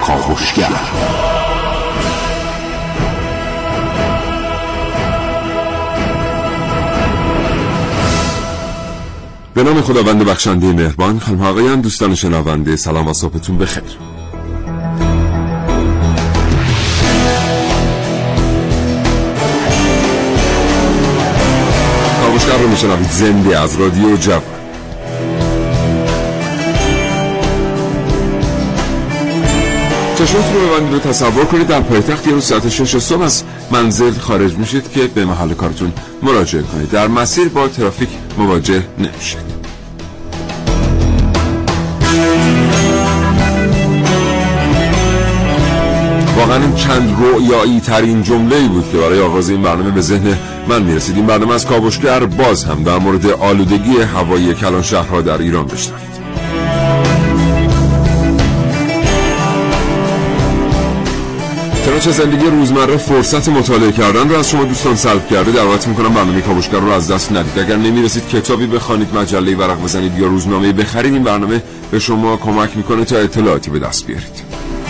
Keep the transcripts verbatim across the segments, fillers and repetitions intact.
کاوشگر. به نام خداوند بخشنده مهربان. خانم ها آقایان، دوستان شنونده، سلام و صبحتون بخیر. کاوشگر رو میشنوید زنده از رادیو جوان. چشمتون رو ببندید و تصور کنید در پایتخت یه روز ساعت شش صبح از منزل خارج میشید که به محل کارتون مراجعه کنید. در مسیر با ترافیک مواجه نمیشید. واقعا این چند رویایی ترین جمله‌ای بود که برای آغاز این برنامه به ذهن من میرسید. این برنامه از کاوشگر باز هم در مورد آلودگی هوایی کلان شهرها در ایران بشنوید. چنانچه زندگی روزمره فرصت مطالعه کردن رو از شما دوستان سلب کرده، دعوت میکنم برنامه کاوشگر رو از دست ندید. اگر نمیرسید کتابی بخوانید، مجله‌ای ورق بزنید یا روزنامه‌ای بخرید، این برنامه به شما کمک میکنه تا اطلاعاتی به دست بیارید.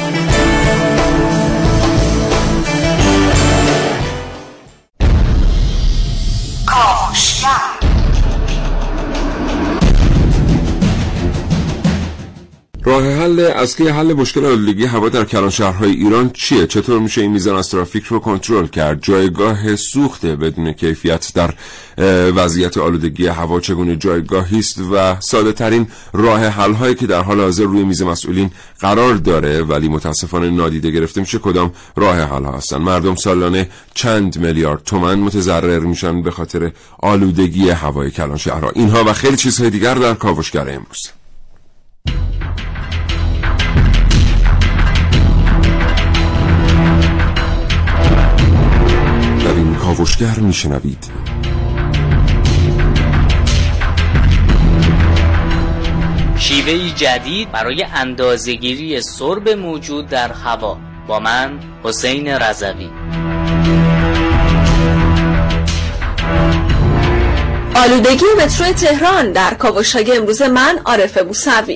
راه حل اصلی حل مشکل آلودگی هوا در کلان شهرهای ایران چیه؟ چطور میشه این میزان از ترافیک رو کنترل کرد؟ جایگاه سوخت بدون کیفیت در وضعیت آلودگی هوا چگونه جایگاهی است و ساده ترین راه حل هایی که در حال حاضر روی میز مسئولین قرار داره ولی متاسفانه نادیده گرفته میشه کدام راه حل ها هستن؟ مردم سالانه چند میلیارد تومان متضرر میشن به خاطر آلودگی هوای کلان شهرها. اینها و خیلی چیزهای دیگر در کاوشگر امروز. کاوشگر میشنوید شیوهی جدید برای اندازه‌گیری سرب موجود در هوا، با من حسین رضوی. آلودگی مترو تهران در کاوش‌های امروز من عارف موسوی.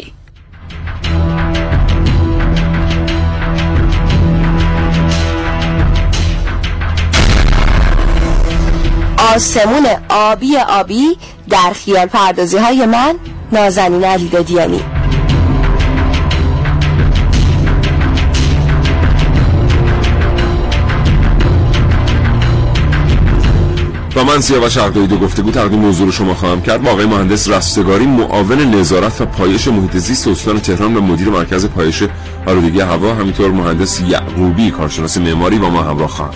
آسمون آبی آبی در خیال پردازی های من نازنین علیدادیانی. و من سیاوش عقدایی دو گفتگو تقدیم موضوع رو شما خواهم کرد با آقای مهندس رستگاری، معاون نظارت و پایش محیط زیست استان تهران و مدیر مرکز پایش آلودگی هوا، همینطور مهندس یعقوبی، کارشناس معماری، با ما همراه خواهند.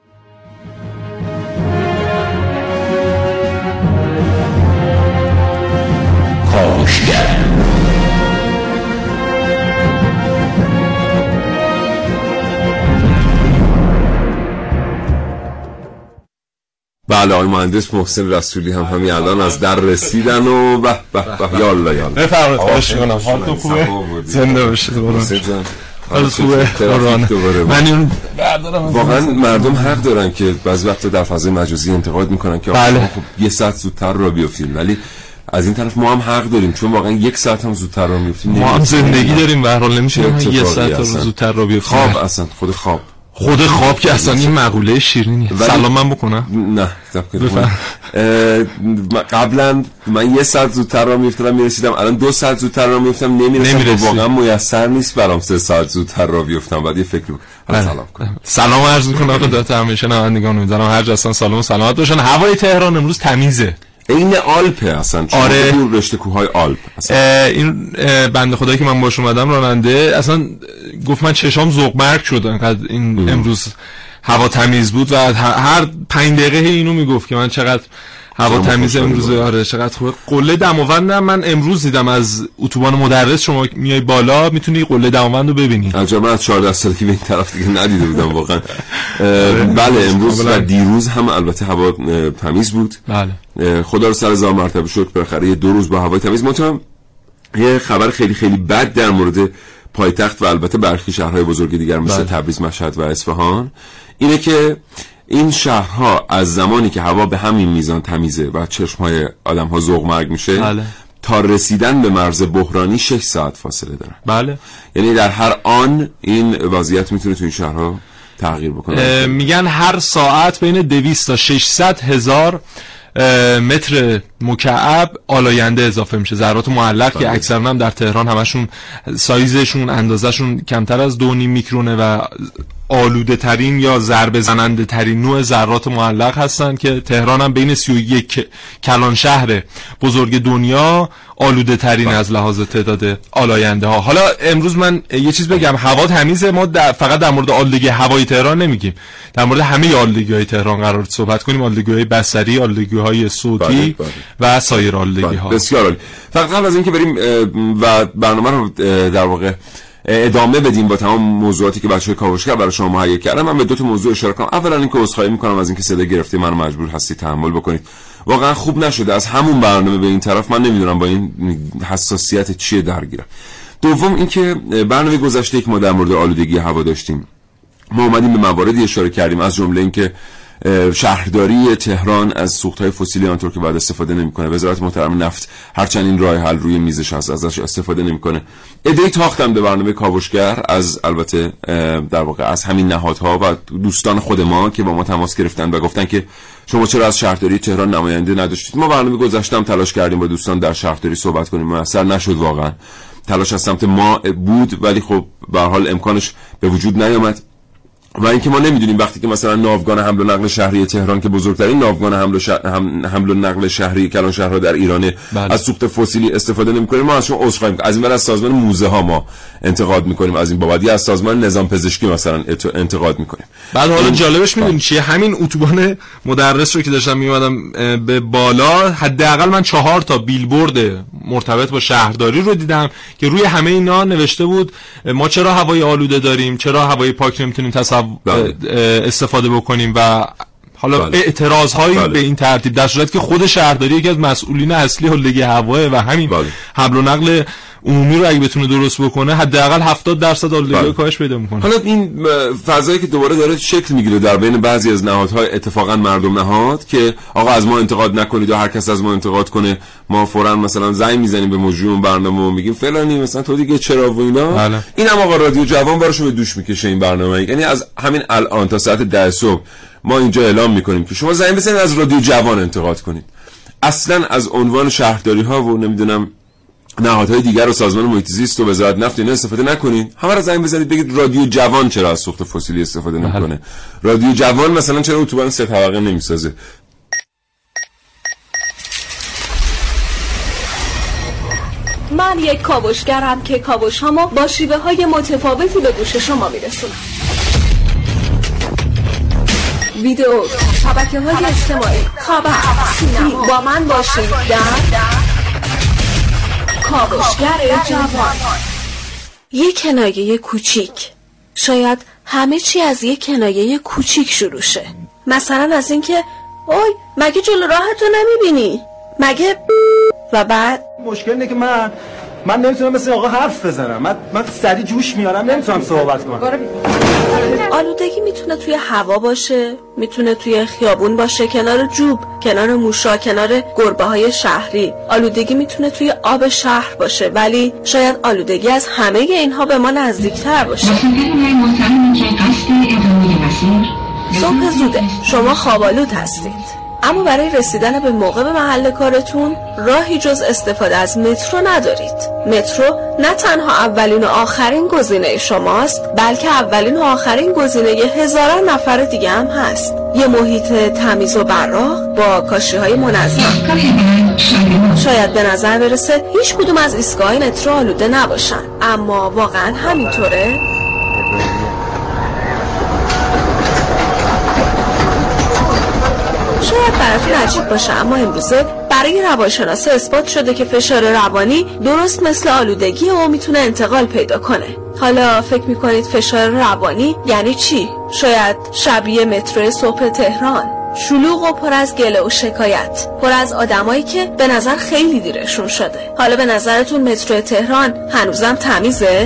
بله، آقای مهندس محسن رسولی هم همین الان از در رسیدن و به به به یالا یالا بفرمایید. خواهش می‌کنم. حالتون خوبه؟ زنده باشید. محسن جان حال خوبه؟ قربان. من این واقعا مردم حق دارن که بعضی وقتا در فضای مجازی انتقاد میکنن که بله. خب یه ساعت زودتر را بیافتیم، ولی از این طرف ما هم حق داریم چون واقعا یک ساعت هم زودتر را میافتیم. ما هم زندگی داریم به هر حال، نمیشه یه ساعت رو زودتر را بیافتیم. خواب اصلا خود خواب خود خواب که اصلا این مقوله شیرینیه. سلام من بکنم؟ نه قبلا من یه ساعت زودتر را میافتادم میرسیدم، الان دو ساعت زودتر را میافتم نمیرسم. واقعا میسر نیست برام سه ساعت زودتر را بیافتم. بعد یه فکر رو سلام کنم. سلام عرض میکنم خدمت همه شنوندگان، امیدوارم هر جا هستن سالم و سلامت باشن. هوای تهران امروز تمیزه، این آلپه اصلا. آره، دور رشته کوههای آلپ اصلا. این بنده خدایی که من باش اومدم راننده اصلا گفت من چشام ذوق مرگ شد انقدر این ام. امروز هوا تمیز بود و هر پنج دقیقه اینو میگفت که من چقدر هوا تمیز امروز. آره چقدر خوبه. قله دماوند من امروز دیدم از اتوبان مدرس، شما میای بالا میتونی قله دماوند رو ببینی. عجب، من از چهارده سالگی به این طرف دیگه ندیده بودم واقعا. بله امروز و دیروز هم البته هوا تمیز بود. بله خدا رو سر هزار مرتبه شکر، بالاخره یه دو روز با هوای تمیز. منتها یه خبر خیلی خیلی بد در مورد پایتخت و البته برخی شهرهای بزرگ دیگر مثل تبریز، مشهد و اصفهان اینه که این شهرها از زمانی که هوا به همین میزان تمیزه و چشمهای آدم‌ها ذوق مرگ میشه، بله. تا رسیدن به مرز بحرانی شش ساعت فاصله دارن. بله، یعنی در هر آن این وضعیت میتونه تو این شهرها تغییر بکنه. میگن هر ساعت بین دویست تا ششصد هزار متر مکعب آلاینده اضافه میشه، ذرات معلق که اکثرا هم در تهران همشون سایزشون اندازهشون کمتر از دو نیم میکرونه و آلوده ترین یا ضربه زننده ترین نوع ذرات معلق هستن که تهران هم بین سی و یک کلان شهر بزرگ دنیا آلوده ترین از لحاظ تعداد آلاینده ها. حالا امروز من یه چیز بگم، هوا تمیزه، ما در فقط در مورد آلودگی هوای تهران نمیگیم، در مورد همه آلودگی های تهران قرار صحبت کنیم، آلودگی های بصری، آلودگی های صوتی و سایر آلودگی ها. بسیار عالی. فقط قبل از اینکه بریم و برنامه رو در واقع ادامه بدیم با تمام موضوعاتی که بچه‌های کاوشگر برای شما مهیا کردن، من به دو تا موضوع اشاره کنم. اولا اینکه عذرخواهی می‌کنم از اینکه صدا گرفته منو مجبور هستی تحمل بکنید. واقعا خوب نشده از همون برنامه به این طرف، من نمیدونم با این حساسیت چیه درگیرم. دوم اینکه برنامه گذشته که ما در مورد آلودگی هوا داشتیم، ما اومدیم به مواردی اشاره کردیم، از جمله اینکه شهرداری تهران از سوخت‌های فسیلی آنطور که باید استفاده نمی‌کنه. وزارت محترم نفت هرچند این راه حل روی میزش هست ازش استفاده نمی‌کنه. ایده تاختن به برنامه کاوشگر از البته در واقع از همین نهادها و دوستان خود ما که با ما تماس گرفتن و گفتن که شما چرا از شهرداری تهران نماینده نداشتید. ما برنامه گذشته هم تلاش کردیم با دوستان در شهرداری صحبت کنیم، موثر نشد. واقعا تلاش از سمت ما بود ولی خب به هر حال امکانش به وجود نیامد. و اینکه ما نمیدونیم وقتی که مثلا ناوگان حمل و نقل شهری تهران که بزرگترین ناوگان حمل و, شهر... هم... حمل و نقل شهری کلان شهرها در ایرانه بله. از سوخت فسیلی استفاده نمی‌کنیم، ما از شما عذرخواهی می‌کنیم. از این ور از سازمان موزه ها ما انتقاد می‌کنیم از این بابت، یا از سازمان نظام پزشکی مثلا انتقاد می‌کنیم. بعد حالا جالبش می‌دونی چیه؟ همین اتوبان مدرس رو که داشتم میومدم به بالا، حداقل من چهار تا بیلبورد مرتبط با شهرداری رو دیدم که روی همه اینا نوشته بود ما چرا هوای آلوده داریم، چرا هوای پاک نمیتونیم تصور بله. استفاده بکنیم و حالا بله. اعتراض هایی بله. به این ترتیب، در صورتی که خود شهرداری یکی از مسئولین اصلی آلودگی هوا و همین بله. حمل و نقل عمومی رو اگه بتونه درست بکنه حداقل هفتاد درصد آلودگی بله. کاهش پیدا میکنه. حالا این فضایی که دوباره داره شکل میگیره در بین بعضی از نهادهای اتفاقا مردم نهاد که آقا از ما انتقاد نکنید و هر کس از ما انتقاد کنه ما فوراً مثلا زنگ میزنیم به مجری برنامه و میگیم فلانی مثلا تو دیگه چرا و اینا بله. اینم آقا رادیو جوان براشو به دوش میکشه این برنامه. یعنی از همین الان تا ساعت ده صبح ما اینجا اعلام میکنیم که شما زنگ بزنید از رادیو جوان انتقاد کنید، اصلا از عنوان شهرداری ها و نمیدونم نهادهای دیگر و سازمان محیط زیست و وزارت نفت اینا استفاده نکنید، همه رو زنگ بزنید بگید رادیو جوان چرا از سوخت فسیلی استفاده نمیکنه، رادیو جوان مثلا چرا اتوبان سه طبقه نمیسازه. من یک کاوشگرم که کاوش‌هامو با شیوه‌های متفاوتی به گوش شما میرسونم. ویدیو، شبکه‌های اجتماعی، خبر، سینما، با من باشید در کاوشگر جوان. یک کنایه کوچیک، شاید همه چی از یک کنایه کوچیک شروع شه. مثلا از اینکه اوی مگه جلو راهتو نمیبینی؟ مگه و بعد مشکل اینه که من من نمیتونم مثل آقا حرف بزنم، من من سری جوش میارم، نمیتونم صحبت کنم. آلودگی میتونه توی هوا باشه، میتونه توی خیابون باشه، کنار جوب، کنار موشا، کنار گربه های شهری. آلودگی میتونه توی آب شهر باشه، ولی شاید آلودگی از همه اینها به ما نزدیکتر باشه. صبح زوده، شما خوابالود هستید، اما برای رسیدن به موقع به محل کارتون راهی جز استفاده از مترو ندارید. مترو نه تنها اولین و آخرین گزینه شماست، بلکه اولین و آخرین گزینه هزاران نفر دیگه هم هست. یه محیط تمیز و براق با کاشی‌های منظم. شاید به نظر برسه هیچ کدوم از ایستگاه‌های مترو آلوده نباشن، اما واقعا همینطوره؟ شاید براتون عجیب باشه، اما امروزه برای روانشناسا اثبات شده که فشار روانی درست مثل آلودگی و میتونه انتقال پیدا کنه. حالا فکر میکنید فشار روانی یعنی چی؟ شاید شبیه مترو صبح تهران، شلوغ و پر از گله و شکایت، پر از آدمایی که به نظر خیلی دیرشون شده. حالا به نظرتون مترو تهران هنوزم تمیزه؟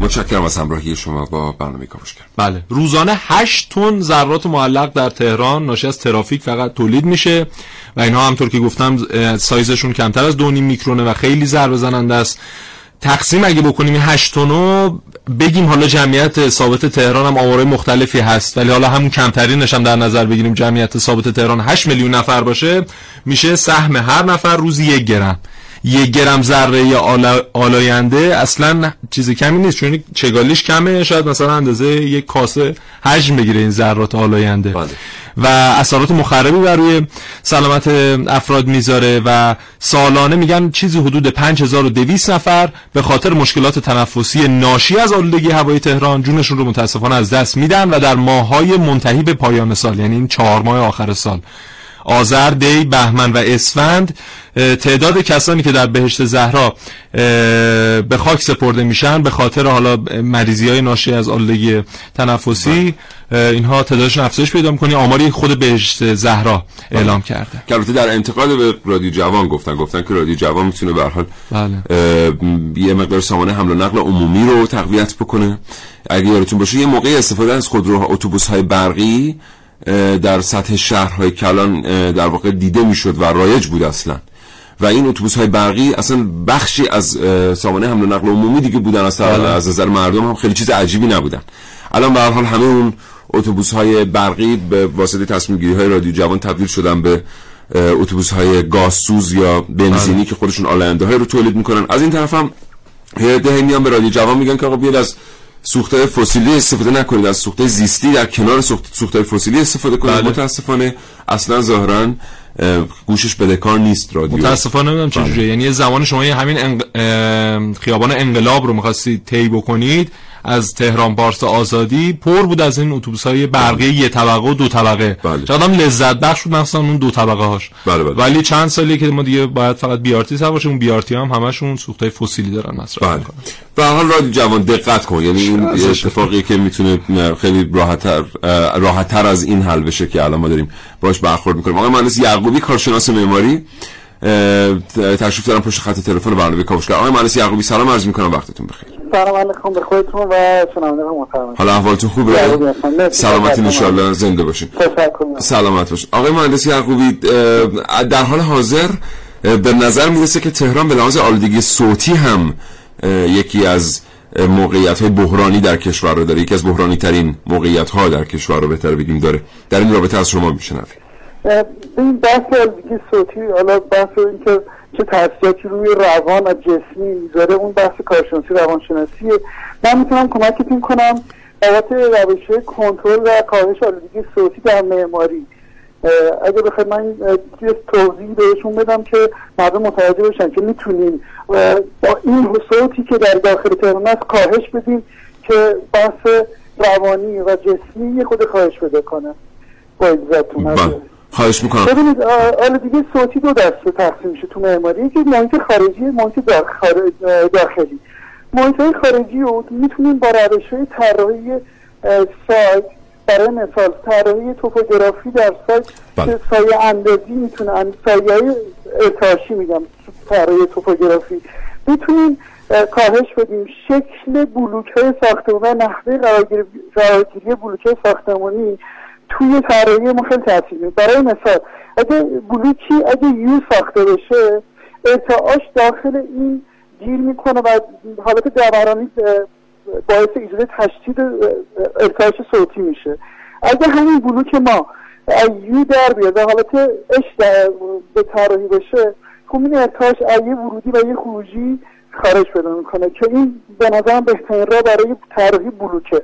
متشکرم از همراهی شما با برنامه کاوشگر. بله، روزانه هشت تن ذرات معلق در تهران ناشی از ترافیک فقط تولید میشه و اینها همطور که گفتم سایزشون کمتر از دو و نیم میکرونه و خیلی ضربه زننده است. تقسیم اگه بکنیم این هشت تنو بگیم حالا جمعیت ثابت تهران هم آمارای مختلفی هست، ولی حالا همون کمترینش هم در نظر بگیریم جمعیت ثابت تهران هشت میلیون نفر باشه، میشه سهم هر نفر روزی یک گرم. یک گرم ذره آلا، آلاینده اصلا چیز کمی نیست، چون چگالیش کمه، شاید مثلا اندازه یک کاسه حجم بگیره این ذرات آلاینده بله. و اثرات مخربی بر روی سلامت افراد میذاره و سالانه میگن چیزی حدود پنج هزار و دویست نفر به خاطر مشکلات تنفسی ناشی از آلودگی هوای تهران جونشون رو متاسفانه از دست میدن و در ماه‌های منتهی به پایان سال، یعنی این چهار ماه آخر سال، آذر، دی، بهمن و اسفند، تعداد کسانی که در بهشت زهرا به خاک سپرده میشن به خاطر حالا مریضی‌های ناشی از آلودگی تنفسی اینها تعدادشون افزایش پیدا می‌کنه. آماری خود بهشت زهرا اعلام کرده که البته در انتقاد به رادیو جوان گفتن گفتن که رادیو جوان میتونه به هر حال یه مقدار سامان حمل و نقل عمومی رو تقویت بکنه. اگه یادتون باشه یه موقعی استفاده از خودروها اتوبوس‌های برقی در سطح شهرهای کلان در واقع دیده میشد و رایج بود اصلا، و این اتوبوس‌های برقی اصلا بخشی از سامانه حمل و نقل عمومی دیگه بودن، اصلا از نظر مردم هم خیلی چیز عجیبی نبودن. الان به هر حال همه اون اتوبوس‌های برقی به واسطه تصمیم گیری‌های رادیو جوان تبدیل شدن به اتوبوس‌های گازسوز یا بنزینی که خودشون آلاینده‌های رو تولید میکنن. از این طرف هم هی میان به رادیو جوان میگن که آقا بیاید از سوختهای فسیلی استفاده نکنید، از سوختهای زیستی در کنار سوختهای فسیلی استفاده کنید. بله. متاسفانه اصلا ظاهراً گوشش بدهکار نیست رادیو. متاسفانه نمیدونم چه جوریه، یعنی یه زمان شما همین انق... خیابان انقلاب رو می‌خواستید طی بکنید از تهران پارس آزادی پر بود از این اتوبوس‌های برقی یه طبقه و دو طبقه. بله. چقدر هم لذت بخش بود مثلا اون دو طبقه هاش. بله بله. ولی چند سالیه که ما دیگه باید فقط بی آر تی سوار باشیم، اون بی آر تی هم همشون سوختای فسیلی دارن مصرف بله. میکنن. به هر حال رادیو جوان دقت کن، یعنی این اتفاقی که میتونه خیلی راحت‌تر راحت‌تر از این حل بشه که الان ما داریم باهاش برخورد میکنیم. آقای مهندس یعقوبی کارشناس معماری تشریف دارن پشت خط تلفن برنامه کاوشگر. آقای مهندس یعقوبی سلام عرض میکنم، وقتتون بخیر. سلام علیکم به خودتون و شنوندگان محترم. حالا احوالتون خوبه؟ سلامتی ان شاء الله، زنده باشین. سلامت باشین. آقای مهندس یعقوبی در حال حاضر به نظر میرسه که تهران به لحاظ آلودگی صوتی هم یکی از موقعیت‌های بحرانی در کشور رو داره، یکی از بحرانی ترین موقعیت‌ها در کشور رو بهتر بگیم داره. در این رابطه از شما میشنویم. این بحث آلودگی صوتی، حالا بحث این که چه تاثیراتی روی روان و جسمی میذاره، اون بحث کارشناسی روانشناسیه. من میتونم کمکتون کنم بابت روش‌های کنترل و کاهش آلودگی صوتی در معماری. اگه بخواید من یه توضیح بهشون بدم که مردم متوجه بشن که میتونیم با این صوتی که در داخل تهران است کاهش بدیم که بحث روانی و جسمی یه خود کاهش بده کنه. با اجازهتون خواهش میکنم. ببینید آلودگی صوتی دو دسته تقسیم میشه تو معماری، یکی محیط خارجی، محیط داخلی. محیط‌های خارجی رو میتونیم با روش‌های طراحی سایت، برای مثال طراحی توپوگرافی در سایت که سایه اندازی میتونه، سایه‌های ارتعاشی میگم، طراحی توپوگرافی میتونیم کاهش بدیم. شکل بلوک‌های ساختمانی، نحوه قرارگیری بلوک‌های ساختمانی توی طراحی ما خیلی تاثیر می‌ذاره. برای مثال اگه بلوکی اگه یو ساخته بشه، ارتعاش داخل این گیر میکنه و حالت دورانی باعث ایجاد تشدید ارتعاش صوتی میشه. اگه همین بلوک ما یو در بیاد و حالت اش به طراحی بشه، خب این ارتعاش یه ورودی و یه خروجی خارج پیدا میکنه که این به نظرم بهترین راه برای طراحی بلوکه.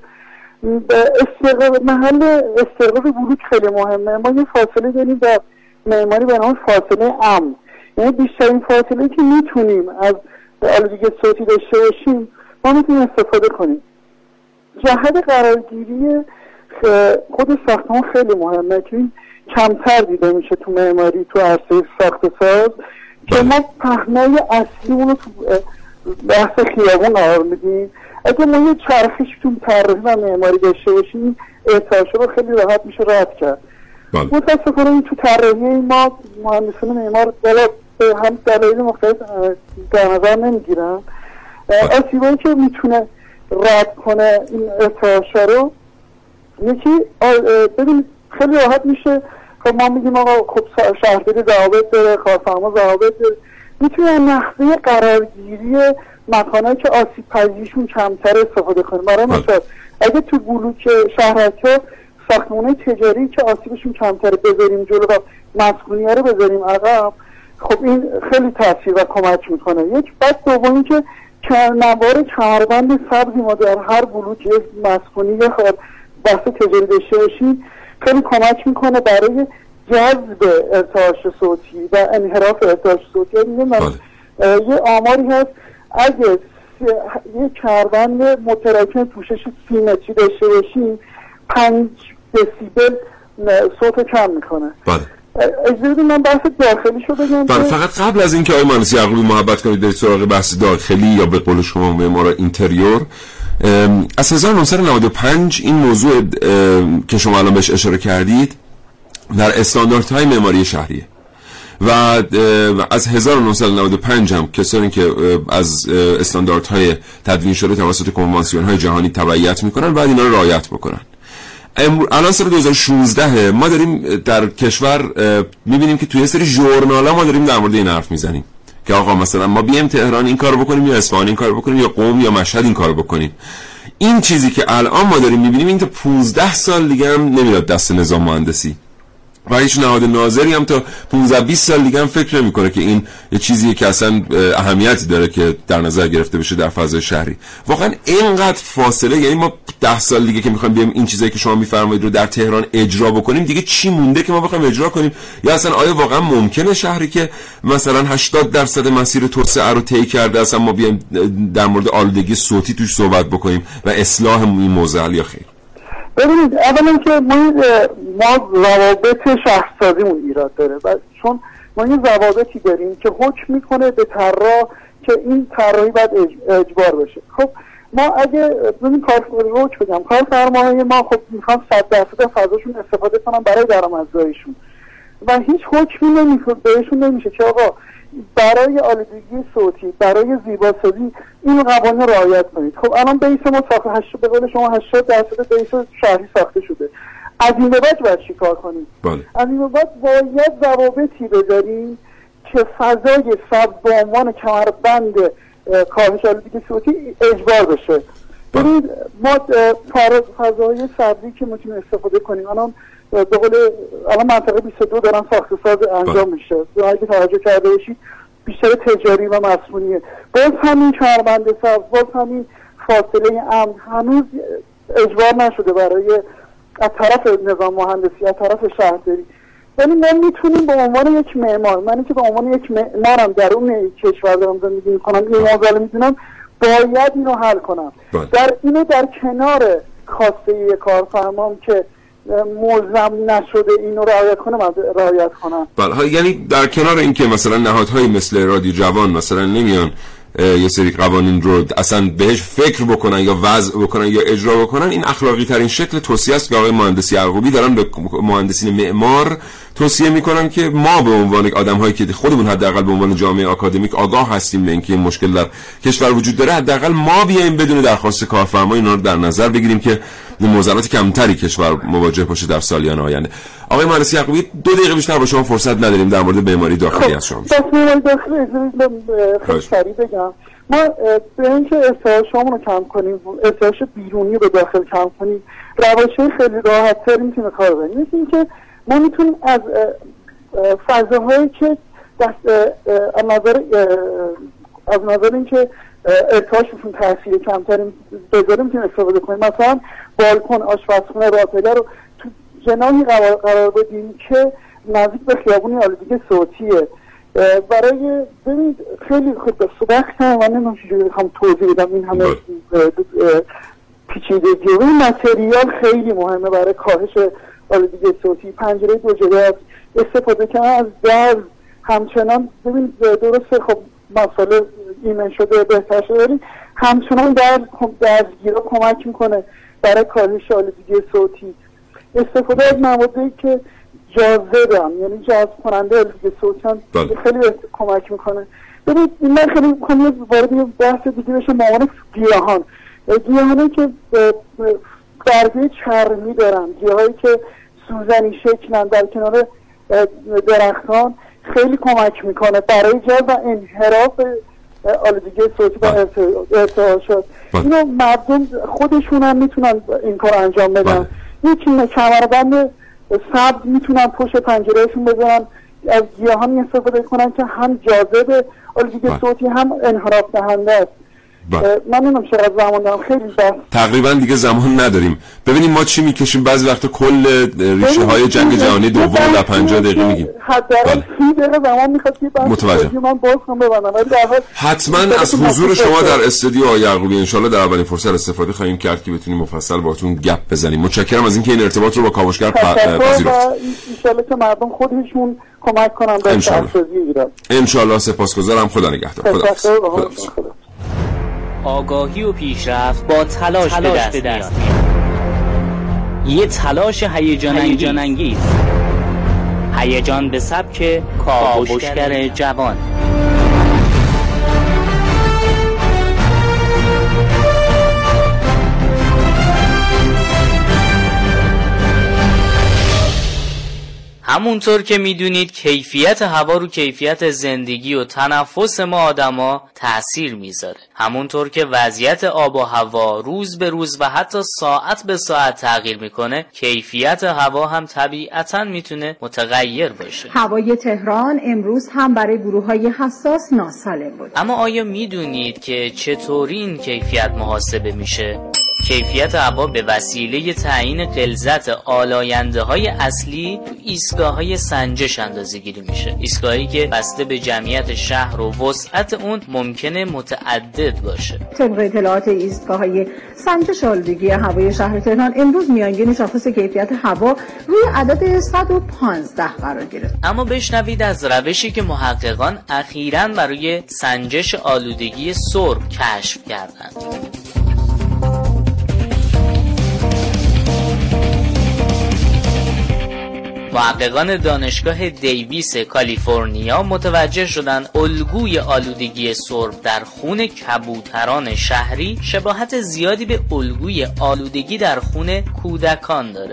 استقرار محل استقرار بلوک خیلی مهمه. ما یه فاصله داریم در معماری به نام فاصله امن، یعنی بیشترین فاصله که میتونیم از آلودگی صوتی داشته باشیم ما میتونیم استفاده کنیم. جهت قرارگیری خود ساختمان خیلی مهمه که این کمتر دیده میشه تو معماری، تو عرصه ساخت ساز، که ما پهنای اصلیمون رو تو بحث خیابون قرار میدیم. اگه ما یه چرخش تو طراحی و معماری داشته باشیم، ارتعاش رو خیلی راحت میشه رد کرد. متاسفانه این تو طراحی ما مهندسان معمار هم دلایل مختلف در نظر نمیگیرن. آسیبایی که میتونه رد کنه این ارتعاشا رو، یکی ببین خیلی راحت میشه. خب ما میگیم آقا خب شهرداری ضوابط داره، کارفرما ضوابط داره، میتونه نحوه قرارگیری مکانایی که آسیب پذیرشون کمتر استفاده کنیم. برای مثال اگه تو بلوک شهرک‌ها ساختمان‌های تجاری که آسیبشون کمتر بذاریم جلو و مسکونی‌ها رو بذاریم عقب، خب این خیلی تاثیر و کمک میکنه. یک بعد دومی که نوار کمربند سبزی ما در هر بلوک مسکونی یا بحث تجاری داشته باشیم خیلی کمک میکنه برای جذب ارتعاش صوتی و انحراف ارتعاش صوتی. یه آماری هست اگه یه کمربند متراکم پوشش سی متری داشته باشیم پنج دسیبل صوت کم میکنه. بله. اجازه من بحث داخلی شو بگم. بله فقط قبل از اینکه آقای مهندس یعقوبی محبت کنید برید سراغ بحث داخلی یا به قول شما معمار اینتریور، از هزار و نهصد و نود و پنج این موضوع که شما الان بهش اشاره کردید در استانداردهای معماری شهریه و از هزار و نهصد و نود و پنج هم کسانی که از استانداردهای تدوین شده توسط کنوانسیون‌های جهانی تبعیت میکنن باید اینا رو رعایت بکنن. الان سال دو هزار و شانزده ما داریم در کشور میبینیم که توی سری ژورنالا ما داریم در مورد این حرف میزنیم که آقا مثلا ما بیایم تهران این کارو بکنیم یا اصفهان این کارو بکنیم یا قم یا مشهد این کارو بکنیم. این چیزی که الان ما داریم میبینیم این تا پانزده سال دیگه هم نمیاد دست نظام مهندسی و هیچ نهاد ناظری هم تا پانزده بیست سال دیگه هم فکر نمیکنه که این یه چیزیه که اصلا اهمیتی داره که در نظر گرفته بشه در فضای شهری. واقعا اینقدر فاصله، یعنی ما ده سال دیگه که میخوایم بیایم این چیزایی که شما میفرمایید رو در تهران اجرا بکنیم دیگه چی مونده که ما بخوایم اجرا کنیم؟ یا اصلا آیا واقعا ممکنه شهری که مثلا هشتاد درصد مسیر توسعه رو طی کرده اصلا ما بیایم در مورد آلودگی صوتی توش صحبت بکنیم و اصلاح این موضوع یا خیر؟ ببینید اولا که ما ما ضوابط شهرسازیمون ایراد داره و چون ما یه ضوابطی داریم که حکم میکنه به طراح که این طراحی باید اجبار بشه. خب ما اگه ببین کار روش بگم کارفرماهای ما خب میخوان صد درصد فضاشون استفاده کنن برای درآمدزاییشون و هیچ حکمی نمیشه بهشون نمیشه که آقا برای آلودگی صوتی برای زیباسازی این قوانین رو رعایت کنید. خب الان بیس ما ساخته هشتاد به قول شما هشتاد درصد بیس شهری ساخته شده. از این به بعد باید چیکار کنیم؟ بله. از این به بعد باید ضوابطی بذاریم که فضای سبز به عنوان کمربند کاهش آلودگی صوتی اجبار بشه. ببینید ما فضای سبزی که میتونیم استفاده کنیم الان به قول الان منطقه بیست و دو دارن ساخت ساز انجام میشه. اگه توجه کرده باشید بیشتر تجاری و مسکونیه. باز همین کمربند سبز، باز همین فاصله امن هنوز اجبار نشده برای از طرف نظام مهندسی از طرف شهرداری. ولی ما میتونیم به عنوان یک معمار، من که به عنوان یک معمارم در اون کشور دارم زندگی میکنم این موضوع میدونم باید اینو حل کنم. در اینو در کنار خواسته کارفرمام که ملزم نشده اینو رعایت کنم رعایت کنم. بله یعنی در کنار اینکه مثلا نهادهای مثل رادیو جوان مثلا نمیان یه سری قوانین رو اصلا بهش فکر بکنن یا وضع بکنن یا اجرا بکنن، این اخلاقی ترین شکل توصیه است که آقای مهندس یعقوبی دارن به مهندسین معمار توصیه میکنن که ما به عنوان آدم‌هایی که خودمون حداقل به عنوان جامعه آکادمیک آگاه هستیم به اینکه این مشکل در کشور وجود داره، حداقل ما بیایم بدون درخواست کارفرما اینا رو در نظر بگیریم که معضلات کمتری کشور مواجه باشه در سالیان آینده. آقای مهندس یعقوبی دو دقیقه بیشتر با شما فرصت نداریم در مورد معماری داخلی از شما. بس معماری داخلی خیلی سریع بگم. ما به اینکه ارتعاشمون رو کم کنیم، ارتعاش بیرونی رو داخل کم کنیم، روش‌های خیلی راحت‌تر میتونه کار کنیم. مثل اینکه ما میتونیم از فضاهایی که دست از نظر از نظر اینکه ارتعاششون تاثیر کمتری بذاره میتونیم استفاده کنیم. مثلا بالکن، آشپزخونه، راپله رو تو جناحی قرار بدیم که نزدیک به خیابونی آلودگی صوتیه. برای ببینید خیلی خود صبح کنم من نمیدونم چجوری بخوام توضیح بدم این همه پیچیدگی و این متریال خیلی مهمه برای کاهش آلودگی صوتی. پنجره دو جلوه استفاده کردن از درز همچنان ببینید درسته خب مسئله ایمن شده بهتر شده ولی همچنان درز درزگیرا کمک میکنه برای کاهش آلودگی صوتی. استفاده از موادی که جاذبن یعنی جذب کننده آلودگی صوتی خیلی کمک میکنه. ببینید من خیلی میخوام وارد یه بحث دیگه بشه، معاون گیاهان. گیاهانی که برگه چرمی دارن، گیاهایی که سوزنی شکلن در کنار درختان خیلی کمک میکنه برای جلب انحراف آلودگی صوتی و ارتعاشات. اینو مردم خودشون هم میتونن این کار انجام بدن. یک کمربند سبز میتونن پشت پنجرهشون بذارن، از گیاهانی استفاده کنن که هم جاذب آلودگی صوتی هم انحراف دهنده است. من نمیدونم چقدر زمان دارم، خیلی بس تقریبا دیگه زمان نداریم. ببینیم ما چی میکشیم. بعضی وقتا کل ریشه های جنگ جهانی دوم در پنجاه دقیقه میگیم. حداقل سی دقیقه زمان میخواد که متوجه من باز کنم ببندم. حتما از حضور شما در استودیو آقای یعقوبی ان شاءالله در اولین فرصت استفاده خواهیم کرد که بتونیم مفصل باهاتون گپ بزنیم. متشکرم از اینکه این ارتباط رو با کاوشگر پذیرفتید. ان شاءالله که مردم خودشون کمک کنن به افزایش ایران. ان شاءالله. سپاسگزارم. خدا نگهدار. خدا. آگاهی و پیشرفت با تلاش, تلاش به دست میاد. یه تلاش هیجان انگیز، هیجان به سبک کاوشگر جوان. همونطور که میدونید کیفیت هوا رو کیفیت زندگی و تنفس ما آدما تأثیر میذاره. همونطور که وضعیت آب و هوا روز به روز و حتی ساعت به ساعت تغییر میکنه، کیفیت هوا هم طبیعتاً میتونه متغیر باشه. هوای تهران امروز هم برای گروه‌های حساس ناسالم بود. اما آیا میدونید که چطوری این کیفیت محاسبه میشه؟ کیفیت هوا به وسیله تعیین غلظت آلاینده های اصلی تو ایستگاه‌های سنجش اندازه‌گیری میشه. ایستگاهی که بسته به جمعیت شهر و وسعت اون ممکنه متعدد باشه. طبق اطلاعات ایستگاه‌های سنجش آلودگی هوای شهر تهران امروز میانگین شاخص کیفیت هوا روی عدد صد و پانزده قرار گرفت. اما بشنوید از روشی که محققان اخیراً برای سنجش آلودگی سرب کشف کردند. محققان دانشگاه دیویس کالیفرنیا متوجه شدند الگوی آلودگی سرب در خون کبوتران شهری شباهت زیادی به الگوی آلودگی در خون کودکان داره.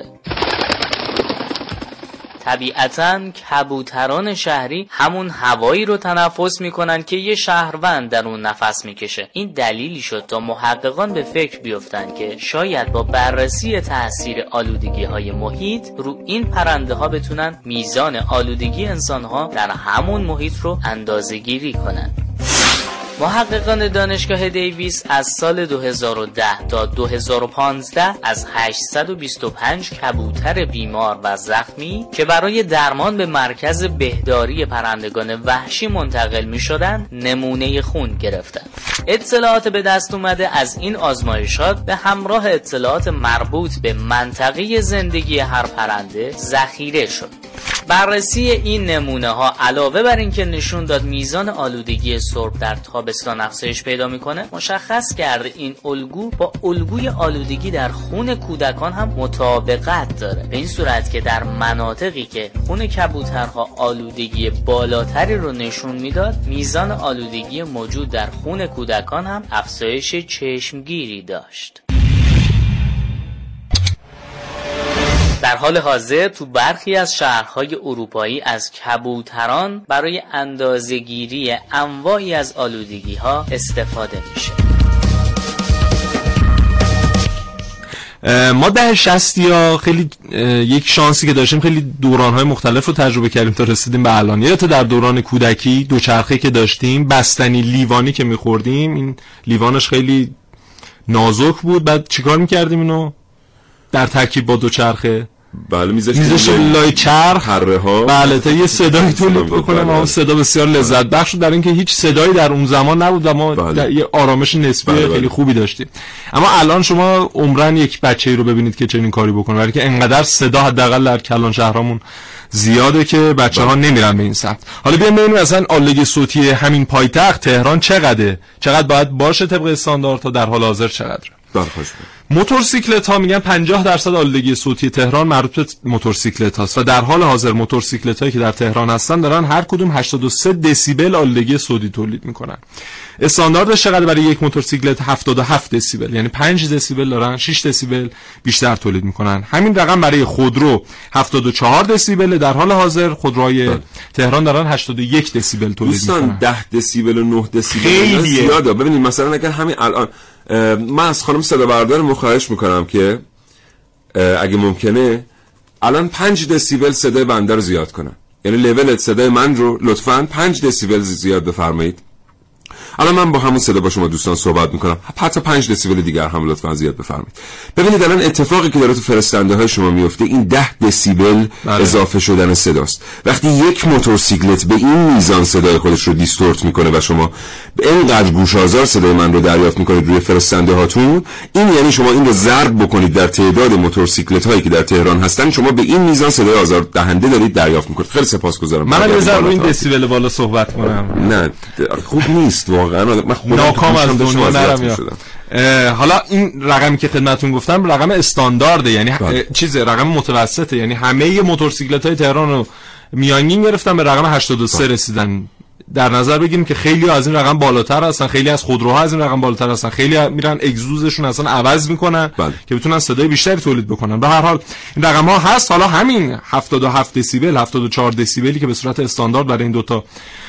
طبیعتاً کبوتران شهری همون هوایی رو تنفس میکنن که یه شهروند در اون نفس میکشه. این دلیلی شد تا محققان به فکر بیفتن که شاید با بررسی تاثیر آلودگی های محیط رو این پرنده ها بتونن میزان آلودگی انسان ها در همون محیط رو اندازه گیری کنن. محققان دانشگاه دیویس از سال دو هزار و ده تا دو هزار و پانزده از هشتصد و بیست و پنج کبوتر بیمار و زخمی که برای درمان به مرکز بهداری پرندگان وحشی منتقل می شدند نمونه خون گرفتند. اطلاعات به دست اومده از این آزمایشات به همراه اطلاعات مربوط به منطقه زندگی هر پرنده ذخیره شد. بررسی این نمونه ها علاوه بر اینکه نشون داد میزان آلودگی سرب در تابستان افزایش پیدا میکنه، مشخص کرده این الگو با الگوی آلودگی در خون کودکان هم مطابقت داره، به این صورت که در مناطقی که خون کبوترها آلودگی بالاتری رو نشون میداد، میزان آلودگی موجود در خون کودکان هم افزایش چشمگیری داشت. در حال حاضر تو برخی از شهرهای اروپایی از کبوتران برای اندازه‌گیری انواعی از آلودگی‌ها استفاده میشه. ما در شصتی ها خیلی یک شانسی که داشتیم، خیلی دوران‌های مختلف رو تجربه کردیم تا رسیدیم به الان. یادت در دوران کودکی دوچرخه که داشتیم، بستنی لیوانی که می‌خوردیم، این لیوانش خیلی نازک بود، بعد چیکار می‌کردیم اینو در ترکیب با دوچرخه؟ بله میذاشتیم میذاشتیم لای چرخ هره ها، بله، تا یه صدایی تولید بکنه. ما اون صدا بسیار لذت بخش بود، در اینکه هیچ صدایی در اون زمان نبود و ما بله. یه آرامش نسبی بله بله. خیلی خوبی داشتیم. اما الان شما عمرن یک بچه‌ای رو ببینید که چنین کاری بکنه، برای که انقدر صدا حداقل در کلان شهرامون زیاده که بچه‌ها بله. نمیرن به این سمت. حالا بیایم ببینیم مثلا آلودگی صوتی همین پایتخت تهران چقدره، چقدر باید باشه طبق استانداردها، در حال حاضر چقدره. موتورسیکلت ها میگن پنجاه درصد آلودگی صوتی تهران مربوط به موتورسیکلت هاست و در حال حاضر موتورسیکلت هایی که در تهران هستن دارن هر کدوم هشتاد و سه دسیبل آلودگی صوتی تولید میکنن. استانداردش چقدر برای یک موتورسیکلت؟ هفتاد و هفت دسیبل، یعنی پنج دسیبل دارن، شش دسیبل بیشتر تولید میکنن. همین رقم برای خودرو هفتاد و چهار دسیبل، در حال حاضر خودروهای تهران دارن هشتاد و یک دسیبل تولید میکنن. دوستان ده دسیبل و نه دسیبل خیلی زیاده. ببینید مثلا اگر همین الان من از خانم صدا بردار مخواهش میکنم که اگه ممکنه الان پنج دسیبل صدای بنده رو زیاد کنن، یعنی لول صدای من رو لطفاً پنج دسیبل زیاد بفرمایید. الان من با همون صدا با شما دوستان صحبت میکنم، حتی پنج دسیبل دیگر هم لطفاً زیاد بفرمایید. ببینید الان اتفاقی که داره تو فرستنده های شما میفته این ده دسیبل بله. اضافه شدن صداست. وقتی یک موتورسیکلت به این میزان صدای خودش رو دیستورت میکنه و شما به اینقدر گوش‌آزار صدای من رو دریافت میکنید روی فرستنده هاتون، این یعنی شما این رو ضرب بکنید در تعداد موتورسیکلت هایی که در تهران هستن، شما به این میزان صدای آزار دهنده دارید دریافت میکنید. خیلی سپاسگزارم. من یه ذره این دسیبل بالا صحبت کنم. نه خوب نیست واقعا. من ناکام از دنیا نرم. حالا این رقمی که خدمتتون گفتم رقم استاندارده، یعنی بله. چیز رقم متوسطه، یعنی همه موتورسیکلت های تهران رو میانگین گرفتن به رقم هشتاد و سه بله. رسیدن. در نظر بگیریم که خیلی از این رقم بالاتر هستن، خیلی از خودروها از این رقم بالاتر هستن، خیلی میرن اگزوزشون اصلا عوض میکنن بله. که بتونن صدای بیشتری تولید بکنن. به هر حال این رقم ها هست. حالا همین هفتاد و هفت دسیبل، هفتاد و چهار دسیبلی که به صورت استاندارد برای این دوتا